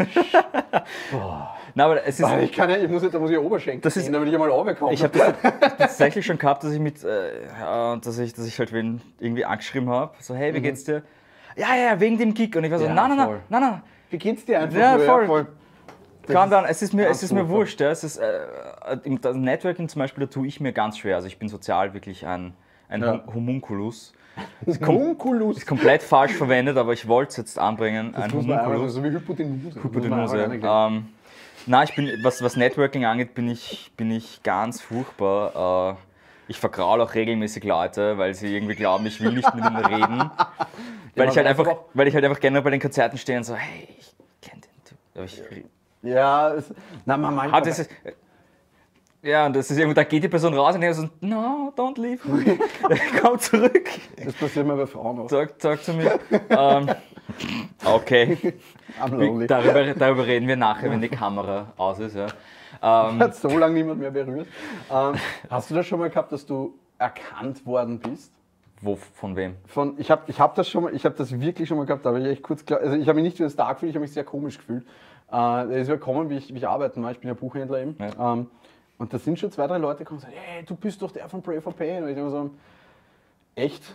Na, aber es ist... Weil ich kann ja, ich muss, da muss ich Oberschenkel Das ist- sehen, damit ich einmal runterkomme. Ich habe das tatsächlich schon gehabt, dass ich mit, äh, ja, dass ich, dass ich halt wen irgendwie angeschrieben habe, so hey, wie geht's dir? Ja, ja, ja, wegen dem Gig. Und ich war so, Ja, nein, nein, nein, voll. nein, nein, Wie geht's dir einfach? Ja, nur, voll. Das calm ist down. Es ist mir, ganz es ist mir furchtbar. wurscht. Ja. Es ist, äh, im das Networking zum Beispiel, da tue ich mir ganz schwer. Also ich bin sozial wirklich ein, ein Ja. Homunculus. Homunculus. Ist komplett falsch verwendet, aber ich wollte es jetzt anbringen. Das ein muss man einfach, Homunculus. so wie Hypotenuse. Hypotenuse. Ähm, na, ich bin, was, was Networking angeht, bin ich, bin ich ganz furchtbar. Äh, ich vergraule auch regelmäßig Leute, weil sie irgendwie glauben, ich will nicht mit ihnen reden. weil, ich halt aber einfach, auch- weil ich halt einfach gerne bei den Konzerten stehe und so, hey, ich kenne den Typ. Aber ich, Ja, es, na, man manchmal, ah, das ist, ja, und das ist irgendwie, da geht die Person raus und ich so, no, don't leave me. Komm zurück. das passiert mir bei Frauen auch. Sag, sag zu mir. ähm, okay. I'm lonely. Darüber, darüber reden wir nachher, wenn die Kamera aus ist. Ja. Ähm, Hat so lange niemand mehr berührt. Ähm, hast du das schon mal gehabt, dass du erkannt worden bist? wo, von wem? Von, ich habe ich hab das schon mal, ich habe das wirklich schon mal gehabt, aber ich echt kurz, klar- also ich habe mich nicht wie ein Star gefühlt, ich habe mich sehr komisch gefühlt. Äh, er ist gekommen, wie ich, wie ich arbeiten war, ich bin ja Buchhändler eben. Ja. Ähm, und da sind schon zwei, drei Leute gekommen und sagen, hey, du bist doch der von Pray for Pain. Und ich habe so, echt?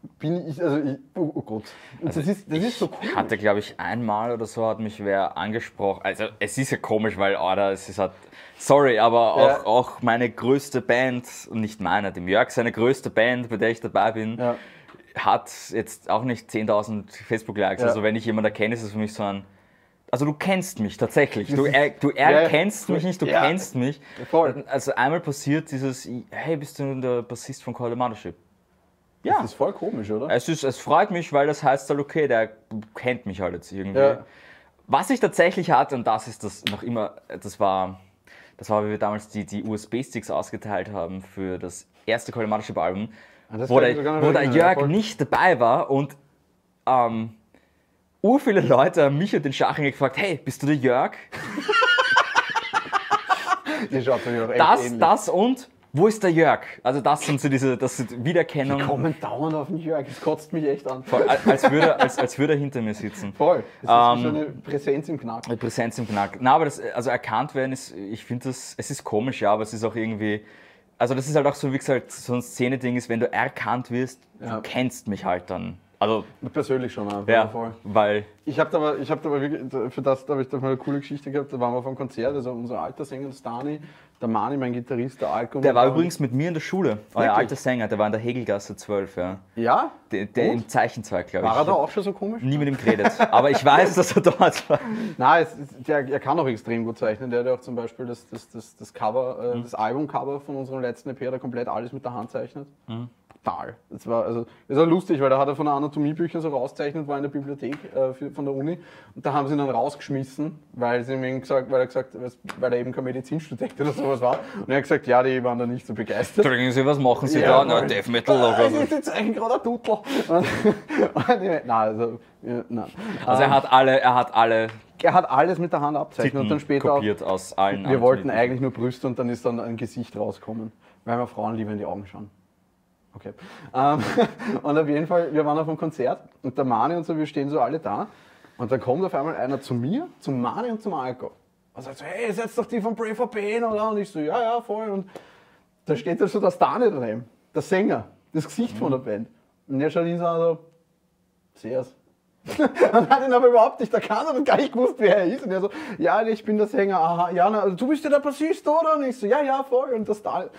bin ich, also ich, oh, oh Gott. Also das ist, das ist so cool. Hatte, glaube ich, einmal oder so hat mich wer angesprochen. Also es ist ja komisch, weil, Alter, es ist halt, sorry, aber auch, Ja. auch meine größte Band, und nicht meine, dem Jörg, seine größte Band, bei der ich dabei bin, Ja. hat jetzt auch nicht zehntausend Facebook-Likes. Ja. Also wenn ich jemanden erkenne, ist es für mich so ein... Also du kennst mich tatsächlich. Du, ist- er, du Ja, erkennst mich nicht, du ja. kennst mich. Voll. Also einmal passiert dieses, hey, bist du der Bassist von Call the Mothership? Ja. Das ist voll komisch, oder? Es, ist, es freut mich, weil das heißt halt, okay, der kennt mich halt jetzt irgendwie. Ja. Was ich tatsächlich hatte, und das ist das noch immer, das war, das war, wie wir damals die, die U S B-Sticks ausgeteilt haben für das erste Call the Mothership-Album, Ah, das wo kann der, ich sogar noch wo der erinnern, ja, Jörg voll. nicht dabei war und ähm, ur viele Leute haben mich und den Schachinger gefragt, hey, bist du der Jörg? Die schaut mir auch echt Das, ähnlich. das und wo ist der Jörg? Also das sind so diese, das sind Wiedererkennung. Die kommen dauernd auf den Jörg, das kotzt mich echt an. Voll, als, würde, er- als, als würde er hinter mir sitzen. Voll. Das ist Ähm, so eine Präsenz im Knack. Die Präsenz im Knack. Na, aber das, also erkannt werden ist, ich finde das, es ist komisch, ja, aber es ist auch irgendwie, also das ist halt auch so, wie gesagt, so ein Szene-Ding ist, wenn du erkannt wirst, Ja. du kennst mich halt dann. Also, Persönlich schon einfach. ja, Voll. weil, Ich habe aber, ich hab aber wirklich, für das da habe ich da mal eine coole Geschichte gehabt. Da waren wir auf einem Konzert, also unser alter Sänger, das Dani, der Mani, mein Gitarrist, der Alko. der war übrigens mit mir in der Schule, euer Wirklich? alter Sänger, der war in der Hegelgasse zwölf, ja. Ja? Der, der Und? im Zeichenzweig, glaube ich. War er da auch schon so komisch? Nie mit ihm geredet, aber ich weiß, dass er dort war. Nein, es, es, der, er kann auch extrem gut zeichnen. Der hat ja auch zum Beispiel das, das, das, das Cover, äh, das Albumcover von unserem letzten E P, da komplett alles mit der Hand zeichnet. Total. Das war, also, das war lustig, weil da hat er von Anatomiebüchern so rauszeichnet, war in der Bibliothek äh, für, von der Uni. Und da haben sie ihn dann rausgeschmissen, weil, sie ihm gesagt, weil, er gesagt, weil er eben kein Medizinstudent oder sowas war. Und er hat gesagt, ja, die waren da nicht so begeistert. Entschuldigen Sie, was machen Sie Ja, da? Na, voll. Death Metal Ah, oder Sie, so. Sie zeichnen gerade ein Dudel. Und, und ich, nein, also, ja, nein. Also er hat alle, er hat alle Er hat alles mit der Hand abzeichnet und dann später auch, kopiert aus allen wir wollten Anatomiebüchern. eigentlich nur Brüste und dann ist dann ein Gesicht rauskommen, weil wir Frauen lieber in die Augen schauen. Okay. Ähm, und auf jeden Fall, wir waren auf einem Konzert und der Mani und so, wir stehen so alle da und dann kommt auf einmal einer zu mir, zum Mani und zum Alko und sagt so, hey, ihr seid doch die von Pray for Pain, oder? Und ich so, ja, ja, voll. Und da steht da so der Stani daneben, der Sänger, das Gesicht von der Band. Und der schaut ihn so an, so, sehr's. Und hat ihn aber überhaupt nicht erkannt und gar nicht gewusst, wer er ist. Und er so, ja, ich bin der Sänger, aha, ja, na, also, du bist ja der Bassist, oder? Und ich so, ja, ja, voll. Und das da.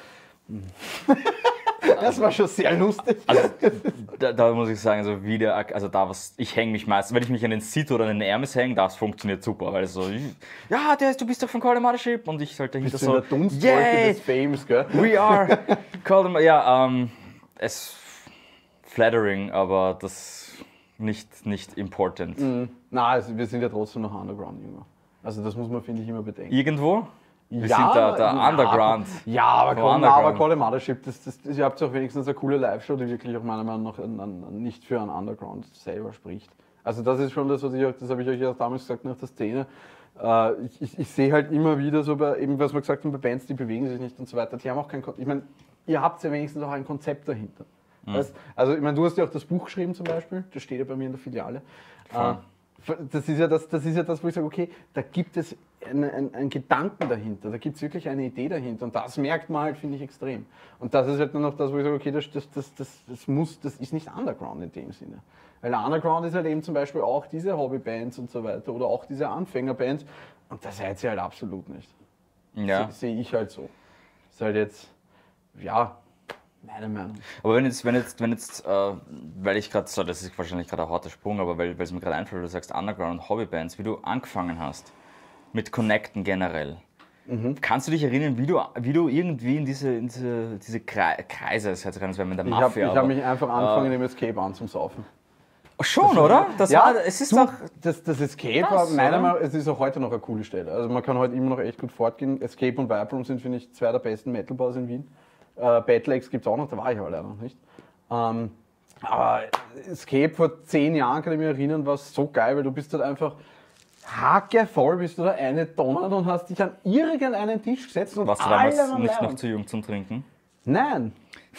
Das war schon sehr lustig. Also, da, da muss ich sagen, also wieder, also da was, ich hänge mich meistens, wenn ich mich an den Sit oder an den Hermes hänge, das funktioniert super, weil so, ja, der ist, du bist doch von Call the Mothership und ich halt dahinter Bist du so, in der Dunstwolke yay, des Fames, gell? we are Call the, ja, ähm, es flattering, aber das nicht, nicht important. Mhm. Nein, also wir sind ja trotzdem noch Underground, Junge. Also das muss man, finde ich, immer bedenken. Irgendwo? Wir Ja, sind da, der ja, Underground. Ja, aber Vom komm, Underground. aber Call the Mothership, das, das, das, ihr habt auch wenigstens eine coole Live-Show, die wirklich auch meiner Meinung nach an, an, nicht für einen Underground selber spricht. Also das ist schon das, was ich auch, das habe ich euch ja damals gesagt nach der Szene. Äh, ich, ich, ich sehe halt immer wieder so bei, eben was wir gesagt haben, bei Bands, die bewegen sich nicht und so weiter, die haben auch kein Konzept. Ich meine, ihr habt ja wenigstens auch ein Konzept dahinter. Mhm. Weißt? Also ich meine, du hast ja auch das Buch geschrieben zum Beispiel, das steht ja bei mir in der Filiale. Äh, Das ist, ja das, das ist ja das, wo ich sage, okay, da gibt es einen, einen, einen Gedanken dahinter, da gibt es wirklich eine Idee dahinter und das merkt man halt, finde ich, extrem. Und das ist halt dann noch das, wo ich sage, okay, das, das, das, das, das, muss, das ist nicht Underground in dem Sinne. Weil Underground ist halt eben zum Beispiel auch diese Hobbybands und so weiter oder auch diese Anfängerbands und das seid ihr halt absolut nicht. Ja. Se- Sehe ich halt so. Ist halt jetzt, ja, meine Meinung. Aber wenn jetzt, wenn jetzt, wenn jetzt, äh, weil ich gerade so, das ist wahrscheinlich gerade ein harter Sprung, aber weil weil es mir gerade einfällt, du sagst Underground Hobbybands, wie du angefangen hast mit Connecten generell. Kannst du dich erinnern, wie du, wie du irgendwie in diese, in diese, diese Krei- Kreise, das hört sich an, als wäre man in der Ich habe Mafia. hab aber- mich einfach angefangen, im Escape anzusaufen. Schon, oder? Das ja, war, es ist du, doch. Das, das Escape Das, war meiner oder? Meinung nach, es ist auch heute noch eine coole Stelle. Also man kann heute immer noch echt gut fortgehen. Escape und Vibe Room sind, finde ich, zwei der besten Metal-Bars in Wien. Äh, Battleaxe gibt es auch noch, da war ich aber leider noch nicht. Ähm, aber Escape vor zehn Jahren, kann ich mich erinnern, war so geil, weil du bist halt einfach hackevoll, bist du da eine donnert und hast dich an irgendeinen Tisch gesetzt und Warst du alle damals waren nicht leibend. noch zu jung zum Trinken? Nein.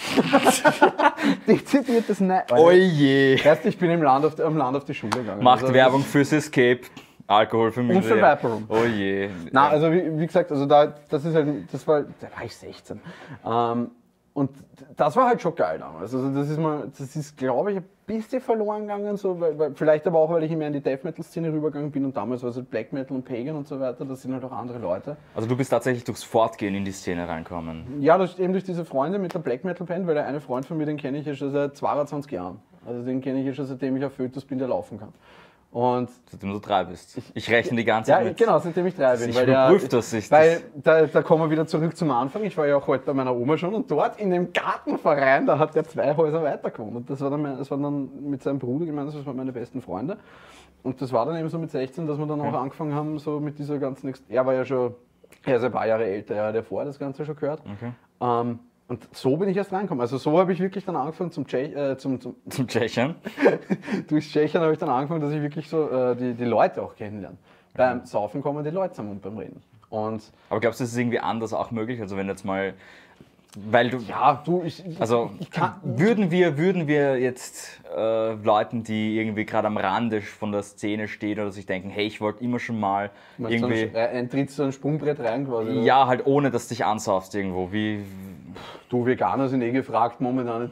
Dezidiertes Nein. Oje! Erst ich bin im Land auf, am Land auf die Schule gegangen. Macht Also, Werbung fürs Escape. Alkohol für Und für Müller. Viper Room. Oh je. Na, also wie, wie gesagt, also da, das ist halt, das war, da war ich sechzehn. Ähm, Und das war halt schon geil damals. Also das ist, mal, das ist glaube ich, ein bisschen verloren gegangen. So, weil, weil, vielleicht aber auch, weil ich mehr in die Death-Metal-Szene rübergegangen bin und damals war es halt Black Metal und Pagan und so weiter. Das sind halt auch andere Leute. Also du bist tatsächlich durchs Fortgehen in die Szene reinkommen? Ja, das eben durch diese Freunde mit der Black Metal-Band, weil der eine Freund von mir, den kenne ich ja schon seit zweiundzwanzig Jahren. Also den kenne ich ja schon seitdem ich auf Fötus bin, der laufen kann. Und seitdem du drei bist. Ich, ich rechne die ganze Zeit Zeit ja, mit. Genau, seitdem ich drei bin. Ich weil überprüfe der, das. Ich, weil da, da kommen wir wieder zurück zum Anfang. Ich war ja auch heute bei meiner Oma schon und dort in dem Gartenverein, da hat der zwei Häuser weiter gewohnt. Und das war dann, das war dann mit seinem Bruder gemeinsam, das waren meine besten Freunde. Und das war dann eben so mit sechzehn, dass wir dann auch okay. angefangen haben, so mit dieser ganzen... Er war ja schon, er ist ein paar Jahre älter, er hat ja vorher das Ganze schon gehört. Okay. Ähm, Und so bin ich erst reingekommen. Also so habe ich wirklich dann angefangen zum Tschech, äh, zum, zum, zum Tschechien. Durchs Tschechien habe ich dann angefangen, dass ich wirklich so äh, die, die Leute auch kennenlerne. Beim Saufen kommen die Leute zusammen und beim Reden. Und aber glaubst du, das ist irgendwie anders auch möglich? Also wenn jetzt mal, weil du, ja, du, ich, also ich kann, würden wir, würden wir jetzt äh, Leuten, die irgendwie gerade am Rande von der Szene stehen oder sich denken, hey, ich wollte immer schon mal irgendwie, so ein, ein Tritt so ein Sprungbrett rein quasi. Oder? Ja, halt ohne, dass du dich ansaufst irgendwo. Wie? Du, Veganer sind eh gefragt momentan.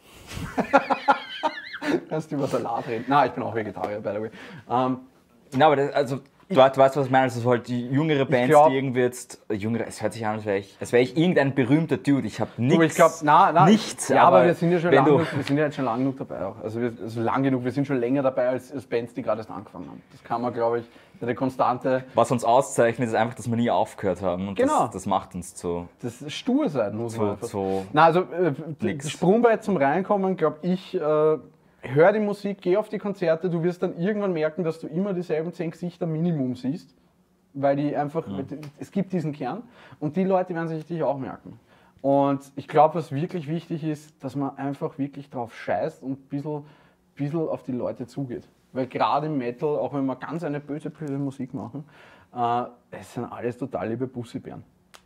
Kannst du über Salat reden? Nein, ich bin auch Vegetarier, by the way. Ähm, Na, aber das, also du, du weißt, was ich meine, also halt die jüngere Bands, glaub, die irgendwie jetzt, jüngere, es hört sich an, als wäre ich, als wäre ich irgendein berühmter Dude, ich habe nichts, ich glaub, na, na, nichts. Ja, aber, aber wir sind ja schon lang genug, wir sind ja jetzt schon lang genug dabei auch. Also, wir, also lang genug, wir sind schon länger dabei als, als Bands, die gerade erst angefangen haben. Das kann man, glaube ich, eine konstante... Was uns auszeichnet, ist einfach, dass wir nie aufgehört haben und genau. das, das macht uns zu... Das ist stur sein, muss zu, man einfach. zu na, also äh, Sprungbrett zum Reinkommen, glaube ich, äh, hör die Musik, geh auf die Konzerte, du wirst dann irgendwann merken, dass du immer dieselben zehn Gesichter Minimum siehst, weil die einfach, mhm. es gibt diesen Kern und die Leute werden sich dich auch merken. Und ich glaube, was wirklich wichtig ist, dass man einfach wirklich drauf scheißt und ein bisschen, bisschen auf die Leute zugeht. Weil gerade im Metal, auch wenn wir ganz eine böse, böse Musik machen, äh, es sind alles total liebe Pussybären.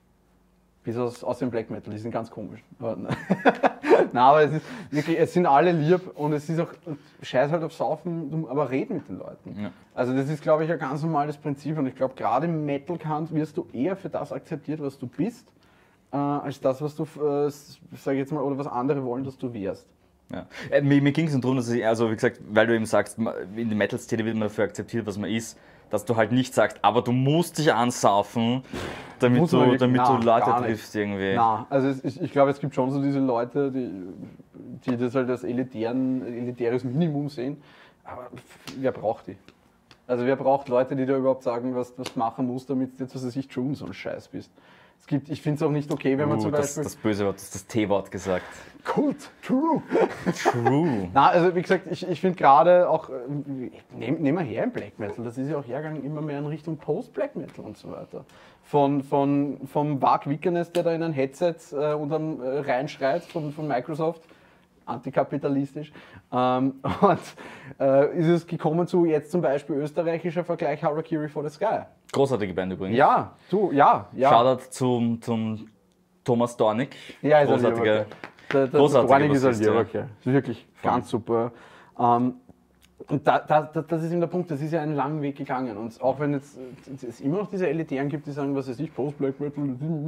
Bis aus, aus dem Black Metal, die sind ganz komisch. Aber, nein, aber es, ist wirklich, es sind alle lieb und es ist auch, scheiß halt auf Saufen, aber red mit den Leuten. Ja. Also das ist, glaube ich, ein ganz normales Prinzip und ich glaube, gerade im Metal-Kant wirst du eher für das akzeptiert, was du bist, äh, als das, was du, äh, sag ich jetzt mal, oder was andere wollen, dass du wärst. Ja. Äh, mir mir ging es darum, dass ich, also wie gesagt, weil du eben sagst, in der Metal-Szene wird man dafür akzeptiert, was man ist, dass du halt nicht sagst, aber du musst dich ansaufen, damit, du, wirklich, damit na, du Leute triffst irgendwie. Nein, also es, ich, ich glaube, es gibt schon so diese Leute, die, die das halt als elitären, elitäres Minimum sehen, aber wer braucht die? Also wer braucht Leute, die da überhaupt sagen, was du machen musst, damit du jetzt, was weiß ich, True so ein Scheiß bist? Es gibt, ich finde es auch nicht okay, wenn man uh, zum Beispiel... Das, das böse Wort, das ist das T-Wort gesagt. Gut, true. True. Na, also wie gesagt, ich, ich finde gerade auch, nehmen nehm wir her im Black Metal, das ist ja auch hergegangen immer mehr in Richtung Post-Black Metal und so weiter. Von, von, vom Mark Wickernes, der da in ein Headset äh, und dann äh, reinschreit von, von Microsoft, antikapitalistisch. Ähm, und äh, ist es gekommen zu jetzt zum Beispiel österreichischer Vergleich Harakiri for the Sky. Großartige Band übrigens. Ja, du, ja, ja. Shoutout zum, zum Thomas Dornig. Ja, ist großartiger. Der, der Dornig ist ein Lieberkerl. Wirklich Voll. Ganz super. Ähm, und da, da, das ist eben der Punkt, das ist ja einen langen Weg gegangen. Und auch wenn jetzt, es immer noch diese Elitären gibt, die sagen, was weiß ich, Post-Black Metal,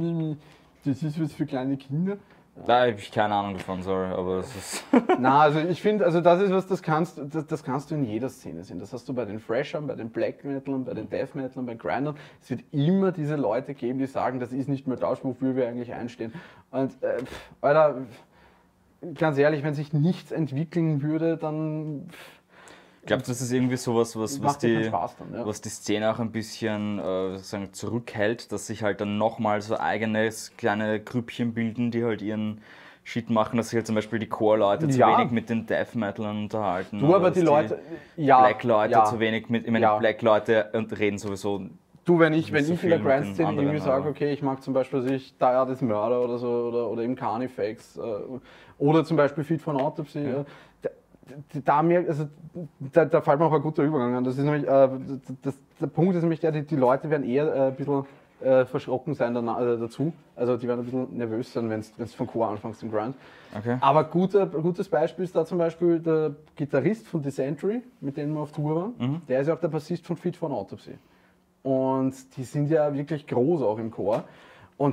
das ist was für kleine Kinder. Da habe ich keine Ahnung davon, sorry, aber das ist... Na, also ich finde, also das ist was, das kannst, das, das kannst du in jeder Szene sehen. Das hast du bei den Freshern, bei den Black Metalern, bei den Death Metalern, bei Grindern. Es wird immer diese Leute geben, die sagen, das ist nicht mehr das, wofür wir eigentlich einstehen. Und, äh, Alter, ganz ehrlich, wenn sich nichts entwickeln würde, dann... Ich glaube, das ist irgendwie sowas, was, was, die, dann, ja. was die Szene auch ein bisschen äh, sozusagen zurückhält, dass sich halt dann nochmal so eigenes kleine Grüppchen bilden, die halt ihren Shit machen, dass sich halt zum Beispiel die Core-Leute zu ja. wenig mit den Death-Metalern unterhalten. Du, aber die Leute, die ja. Black-Leute ja. zu wenig mit, ich meine, ja. Black-Leute reden sowieso. Du, wenn ich, wenn so ich in der Grind-Szene anderen, irgendwie sage, okay, ich mag zum Beispiel sich Diades Murder oder so, oder, oder eben Carnifex, äh, oder zum Beispiel Feed for an Autopsy, ja. da, da, mir, also, da, da fällt mir auch ein guter Übergang an. Das ist nämlich, äh, das, der Punkt ist nämlich der, die, die Leute werden eher äh, ein bisschen äh, verschrocken sein danach, äh, dazu. Also die werden ein bisschen nervös sein, wenn du von Core anfängst im Grind. Okay. Aber guter, gutes Beispiel ist da zum Beispiel der Gitarrist von Dysentery, mit dem wir auf Tour waren. Mhm. Der ist ja auch der Bassist von Feed for an Autopsy. Und die sind ja wirklich groß auch im Chor. Und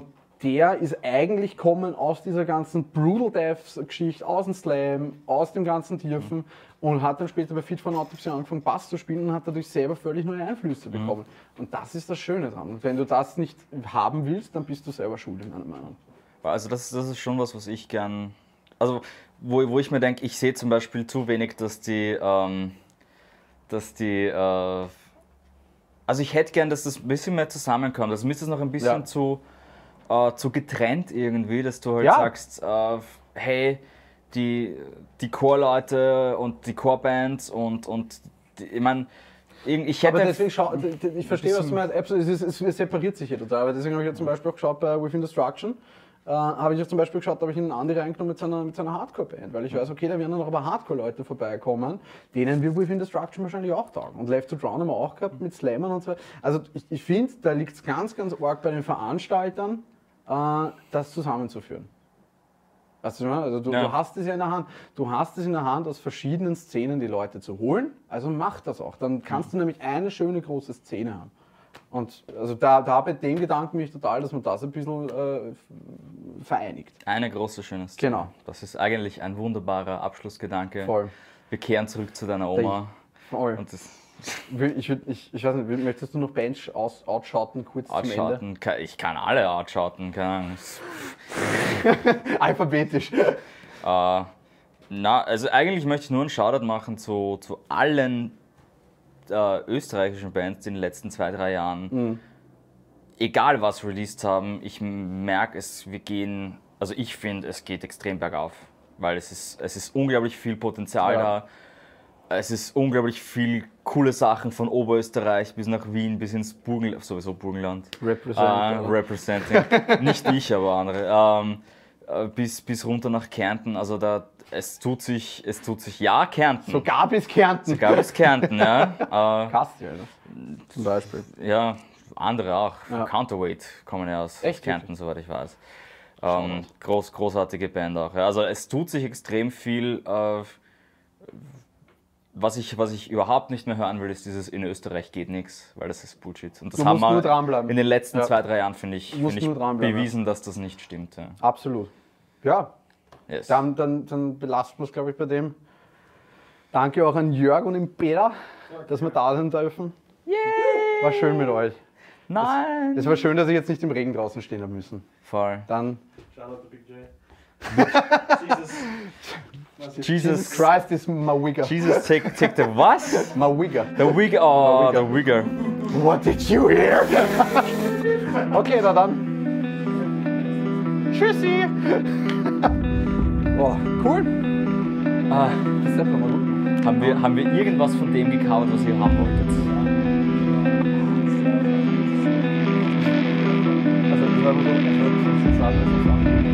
der ist eigentlich kommen aus dieser ganzen Brutal Death-Geschichte, aus dem Slam, aus dem ganzen Tiefen mhm. und hat dann später bei Fit for an Autopsy angefangen, Bass zu spielen und hat dadurch selber völlig neue Einflüsse mhm. bekommen. Und das ist das Schöne dran. Und wenn du das nicht haben willst, dann bist du selber schuld, in meiner Meinung. Also das, das ist schon was, was ich gern, also wo, wo ich mir denke, ich sehe zum Beispiel zu wenig, dass die, ähm, dass die, äh, also ich hätte gern, dass das ein bisschen mehr zusammenkommt. Also mir ist das noch ein bisschen ja. zu, äh, zu getrennt irgendwie, dass du halt ja. sagst, äh, hey, die, die Chorleute und die Chorbands und, und die, ich meine, ich hätte... Aber deswegen, schau, ich verstehe, was du meinst, es, ist, es separiert sich ja total, aber deswegen habe ich ja zum Beispiel auch geschaut bei Within Destruction, äh, habe ich auch zum Beispiel geschaut, da habe ich einen Andi reingenommen mit seiner, mit seiner Hardcore-Band, weil ich weiß, okay, da werden dann noch aber Hardcore-Leute vorbeikommen, denen wir Within Destruction wahrscheinlich auch taugen. Und Left to Drown haben wir auch gehabt mit Slammern und so. Also ich, ich finde, da liegt es ganz, ganz arg bei den Veranstaltern, äh, das zusammenzuführen. Weißt du, also du, ja. du hast es ja in der Hand, du hast es in der Hand, aus verschiedenen Szenen die Leute zu holen, also mach das auch. Dann kannst du nämlich eine schöne große Szene haben. Und also da, da bei dem Gedanken bin ich total, dass man das ein bisschen äh, vereinigt. Eine große schöne Szene. Genau. Das ist eigentlich ein wunderbarer Abschlussgedanke. Voll. Wir kehren zurück zu deiner Oma. Voll. Und das ich, ich, ich, ich weiß nicht, möchtest du noch Bench aus, outshouten kurz outshouten, zum Ende? Ich kann alle outshouten, keine Ahnung. Alphabetisch. Uh, na, also eigentlich möchte ich nur einen Shoutout machen zu, zu allen äh, österreichischen Bands, die in den letzten zwei, drei Jahren, mhm. egal was released haben, ich merke es, wir gehen, also ich finde, es geht extrem bergauf, weil es ist, es ist unglaublich viel Potenzial ja. da. Es ist unglaublich viel coole Sachen von Oberösterreich bis nach Wien, bis ins Burgenland, sowieso Burgenland. Representing. Uh, representing. Nicht ich, aber andere. Um, uh, bis, bis runter nach Kärnten. Also da, es tut sich, es tut sich, ja, Kärnten. Sogar bis Kärnten. Sogar bis Kärnten, ja. Uh, Kastel, ne? Zum Beispiel. Ja, andere auch. Ja. Counterweight kommen ja aus Echt? Kärnten, soweit ich weiß. Um, groß, großartige Band auch. Ja. Also es tut sich extrem viel. Uh, Was ich, was ich überhaupt nicht mehr hören will, ist dieses in Österreich geht nichts, weil das ist Bullshit. Und das du haben musst wir nur dranbleiben. in den letzten ja. zwei, drei Jahren, finde ich, find ich bewiesen, ja. dass das nicht stimmt. Ja. Absolut. Ja, yes. dann, dann, dann belasten wir es, glaube ich, bei dem. Danke auch an Jörg und den Peter, dass wir da sein dürfen. Yay. War schön mit euch. Nein! Es war schön, dass ich jetzt nicht im Regen draußen stehen habe müssen. Voll. Dann... Shout out to Big J. Jesus. Jesus Christ is my wigger. Jesus, take, take the was? My wigger. The wigger. Oh, the wigger. What did you hear? Okay, na dann. Tschüssi. Oh, cool. Ah, das ist einfach mal gut. Haben wir, haben wir irgendwas von dem gecovert, was ihr haben wolltet? Also, das war so, ich würde sagen, das ist